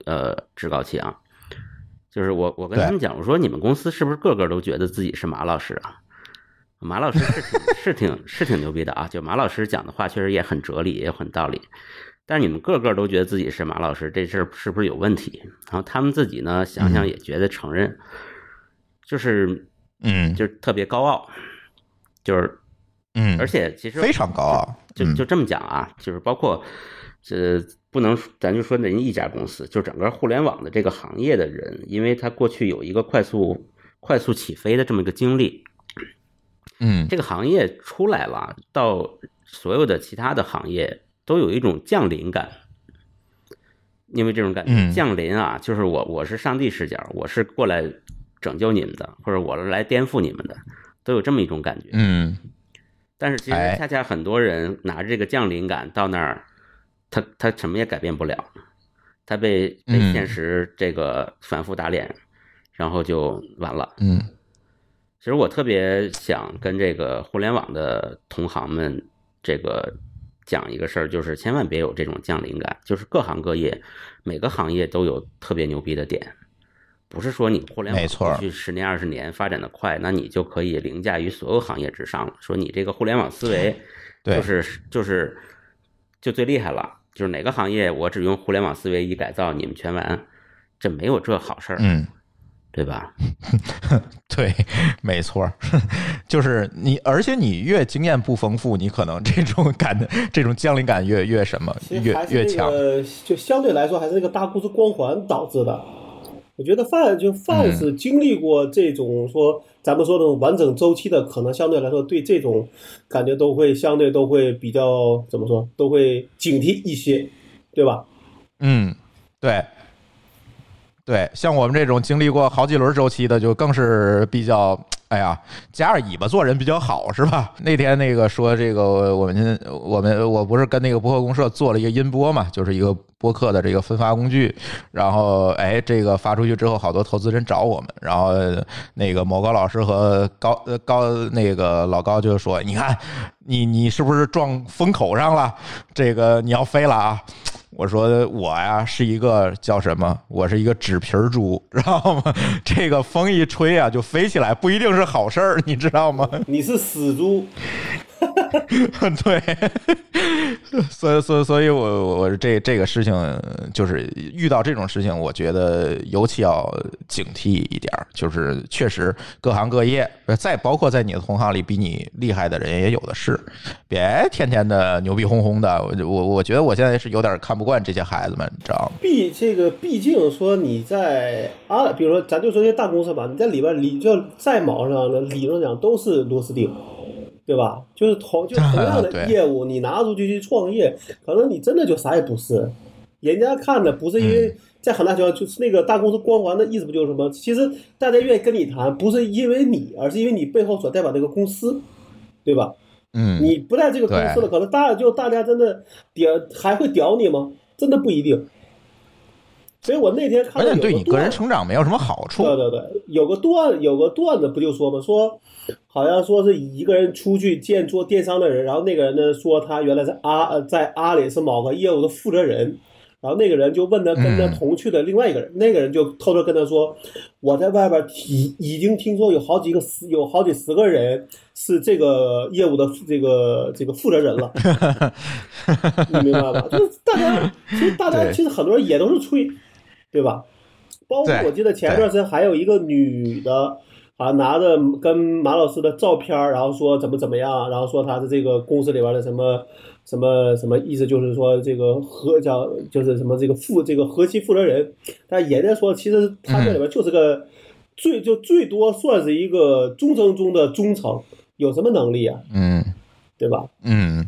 呃趾高气扬。就是我我跟他们讲，我说你们公司是不是个个都觉得自己是马老师啊？马老师是挺是挺是挺牛逼的啊，就马老师讲的话确实也很哲理，也很道理。但是你们个个都觉得自己是马老师，这事儿是不是有问题？然后他们自己呢，想想也觉得承认，就是嗯， 就是特别高傲，就是嗯， 而且其实非常高傲， 就就这么讲啊，就是包括这不能咱就说人一家公司，就整个互联网的这个行业的人，因为他过去有一个快速快速起飞的这么一个经历。 嗯， 这个行业出来了，到所有的其他的行业都有一种降临感，因为这种感觉、 嗯、 降临啊，就是我我是上帝视角，我是过来拯救你们的，或者我是来颠覆你们的，都有这么一种感觉。 嗯， 但是其实恰恰很多人拿着这个降临感到那儿，他他什么也改变不了，他被被现实这个反复打脸，嗯、然后就完了。 嗯。 其实我特别想跟这个互联网的同行们这个讲一个事儿，就是千万别有这种降临感，就是各行各业每个行业都有特别牛逼的点，不是说你互联网过去十年二十年发展的快，那你就可以凌驾于所有行业之上了，说你这个互联网思维就是就是就最厉害了，就是哪个行业我只用互联网思维一改造你们全完，这没有这好事儿。 嗯， 对吧？ 对，没错，就是你，而且你越经验不丰富，你可能这种感的这种降临感越越什么越越强。 就相对来说，还是那个大公司光环导致的。我觉得范就范是经历过这种说、嗯、咱们说的完整周期的，可能相对来说对这种感觉都会相对都会比较怎么说，都会警惕一些，对吧？ 嗯，对。对，像我们这种经历过好几轮周期的，就更是比较，哎呀，夹着尾巴做人比较好，是吧？那天那个说这个，我们我们我不是跟那个播客公社做了一个音播嘛，就是一个播客的这个分发工具，然后哎，这个发出去之后，好多投资人找我们，然后那个某高老师和高高那个老高就说，你看你你是不是撞风口上了？这个你要飞了啊！我说我呀是一个叫什么？我是一个纸皮猪，知道吗？这个风一吹啊就飞起来，不一定是好事儿，你知道吗？ 你是死猪。 对，所以所以所以我我这这个事情就是遇到这种事情，我觉得尤其要警惕一点，就是确实各行各业，再包括在你的同行里比你厉害的人也有的是，别天天的牛逼哄哄的。我我我觉得我现在是有点看不惯这些孩子们，你知道吗？ 毕这个毕竟说你在啊，比如说咱就说这些大公司吧，你在里边理就在毛上的理论讲都是螺丝钉。对吧？就是同就同样的业务，你拿出去去创业，可能你真的就啥也不是。人家看的不是因为在很大情况就是那个大公司光环的意思，不就是什么？其实大家愿意跟你谈，不是因为你，而是因为你背后所代表这个公司，对吧？ 嗯， 你不在这个公司了，可能大家就大家真的屌还会屌你吗？真的不一定。所以我那天看到有个段子， 对你个人成长没有什么好处。 对对对，有个段有个段子不就说嘛，说好像说是一个人出去见做电商的人，然后那个人呢说他原来在阿在阿里是某个业务的负责人，然后那个人就问他跟他同去的另外一个人，嗯、那个人就偷偷跟他说，我在外边已已经听说有好几个有好几十个人是这个业务的这个这个负责人了，你明白吧？就是大家其实大家其实很多人也都是吹。对吧？包括我记得前一段时间还有一个女的啊，拿着跟马老师的照片，然后说怎么怎么样，然后说她是这个公司里边的什么什么什么意思，就是说这个核叫就是什么这个副这个核心负责人，但人家说其实他这里边就是个最就最多算是一个中层中的中层，有什么能力啊？ 嗯， 对吧？ 嗯，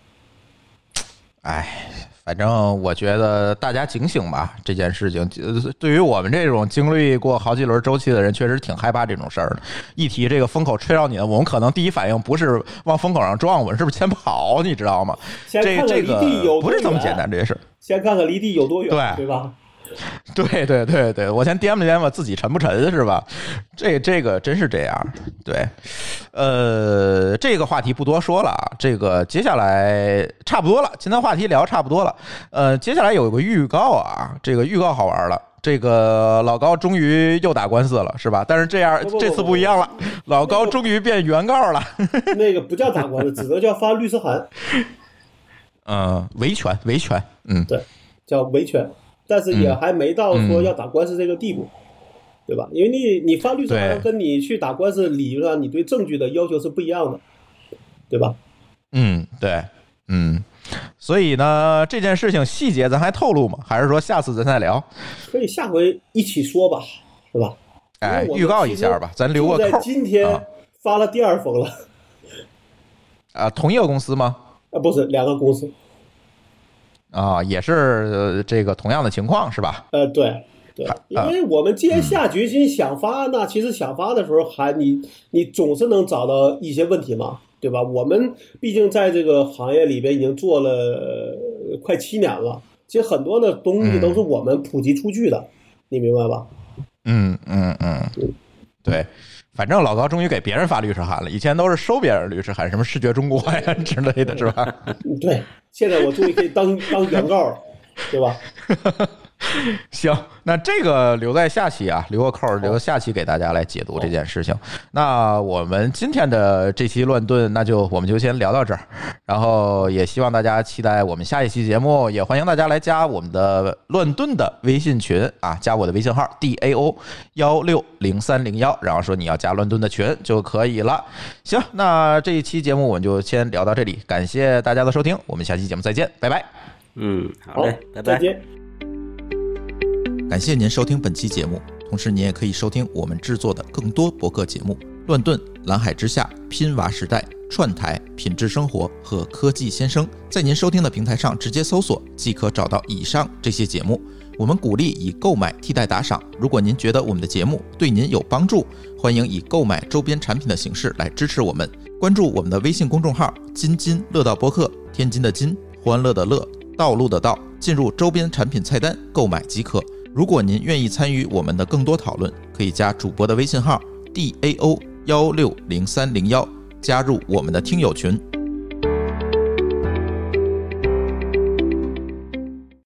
哎。反正我觉得大家警醒吧，这件事情对于我们这种经历过好几轮周期的人，确实挺害怕这种事儿的。一提这个风口吹到你了，我们可能第一反应不是往风口上撞，我们是不是先跑？你知道吗？ 先看看离地有多远， 这个不是这么简单这事儿。 先看看离地有多远， 对对吧？ 对对对对，我先掂吧掂吧，自己沉不沉是吧？这这个真是这样。对，呃，这个话题不多说了啊，这个接下来差不多了，今天话题聊差不多了。呃，接下来有一个预告啊，这个预告好玩了。这个老高终于又打官司了，是吧？但是这样不不不这次不一样了，老高终于变原告了。 那个不叫打官司，只能叫发律师函。 嗯，维权，维权，嗯， 对，叫维权，但是也还没到说要打官司这个地步，嗯、对吧？因为你你发律师函跟你去打官司，理论上你对证据的要求是不一样的，对吧？ 嗯，对，嗯。所以呢，这件事情细节咱还透露吗？还是说下次咱再聊？ 可以下回一起说吧，是吧？ 哎，预告一下吧，咱留个扣。 今天发了第二封了。 啊，同一个公司吗？ 啊，不是，两个公司。 啊，也是、呃、这个同样的情况是吧？ 呃，对对，因为我们既然下决心想发，嗯、那其实想发的时候还你你总是能找到一些问题嘛。对吧？我们毕竟在这个行业里边已经做了快七年了，其实很多的东西都是我们普及出去的，嗯、你明白吧？ 嗯嗯嗯，对，反正老高终于给别人发律师函了，以前都是收别人律师函，什么视觉中国呀之类的，是吧？ 对，现在我终于可以当当原告了，对吧？ 行，那这个留在下期啊，留个扣，留下期给大家来解读这件事情。那我们今天的这期乱炖，那就我们就先聊到这儿。然后也希望大家期待我们下一期节目，也欢迎大家来加我们的乱炖的微信群啊，加我的微信号 D A O 一六零三零一，然后说你要加乱炖的群就可以了。行，那这一期节目我们就先聊到这里，感谢大家的收听，我们下期节目再见，拜拜。 嗯，好嘞，拜拜。 再见。 感谢您收听本期节目，同时您也可以收听我们制作的更多播客节目：乱炖、蓝海之下、拼娃时代、串台、品质生活和科技先生。在您收听的平台上直接搜索即可找到以上这些节目。我们鼓励以购买替代打赏，如果您觉得我们的节目对您有帮助，欢迎以购买周边产品的形式来支持我们。关注我们的微信公众号津津乐道播客，天津的津，欢乐的乐，道路的道，进入周边产品菜单购买即可。如果您愿意参与我们的更多讨论，可以加主播的微信号 D A O 一六零三零一，加入我们的听友群。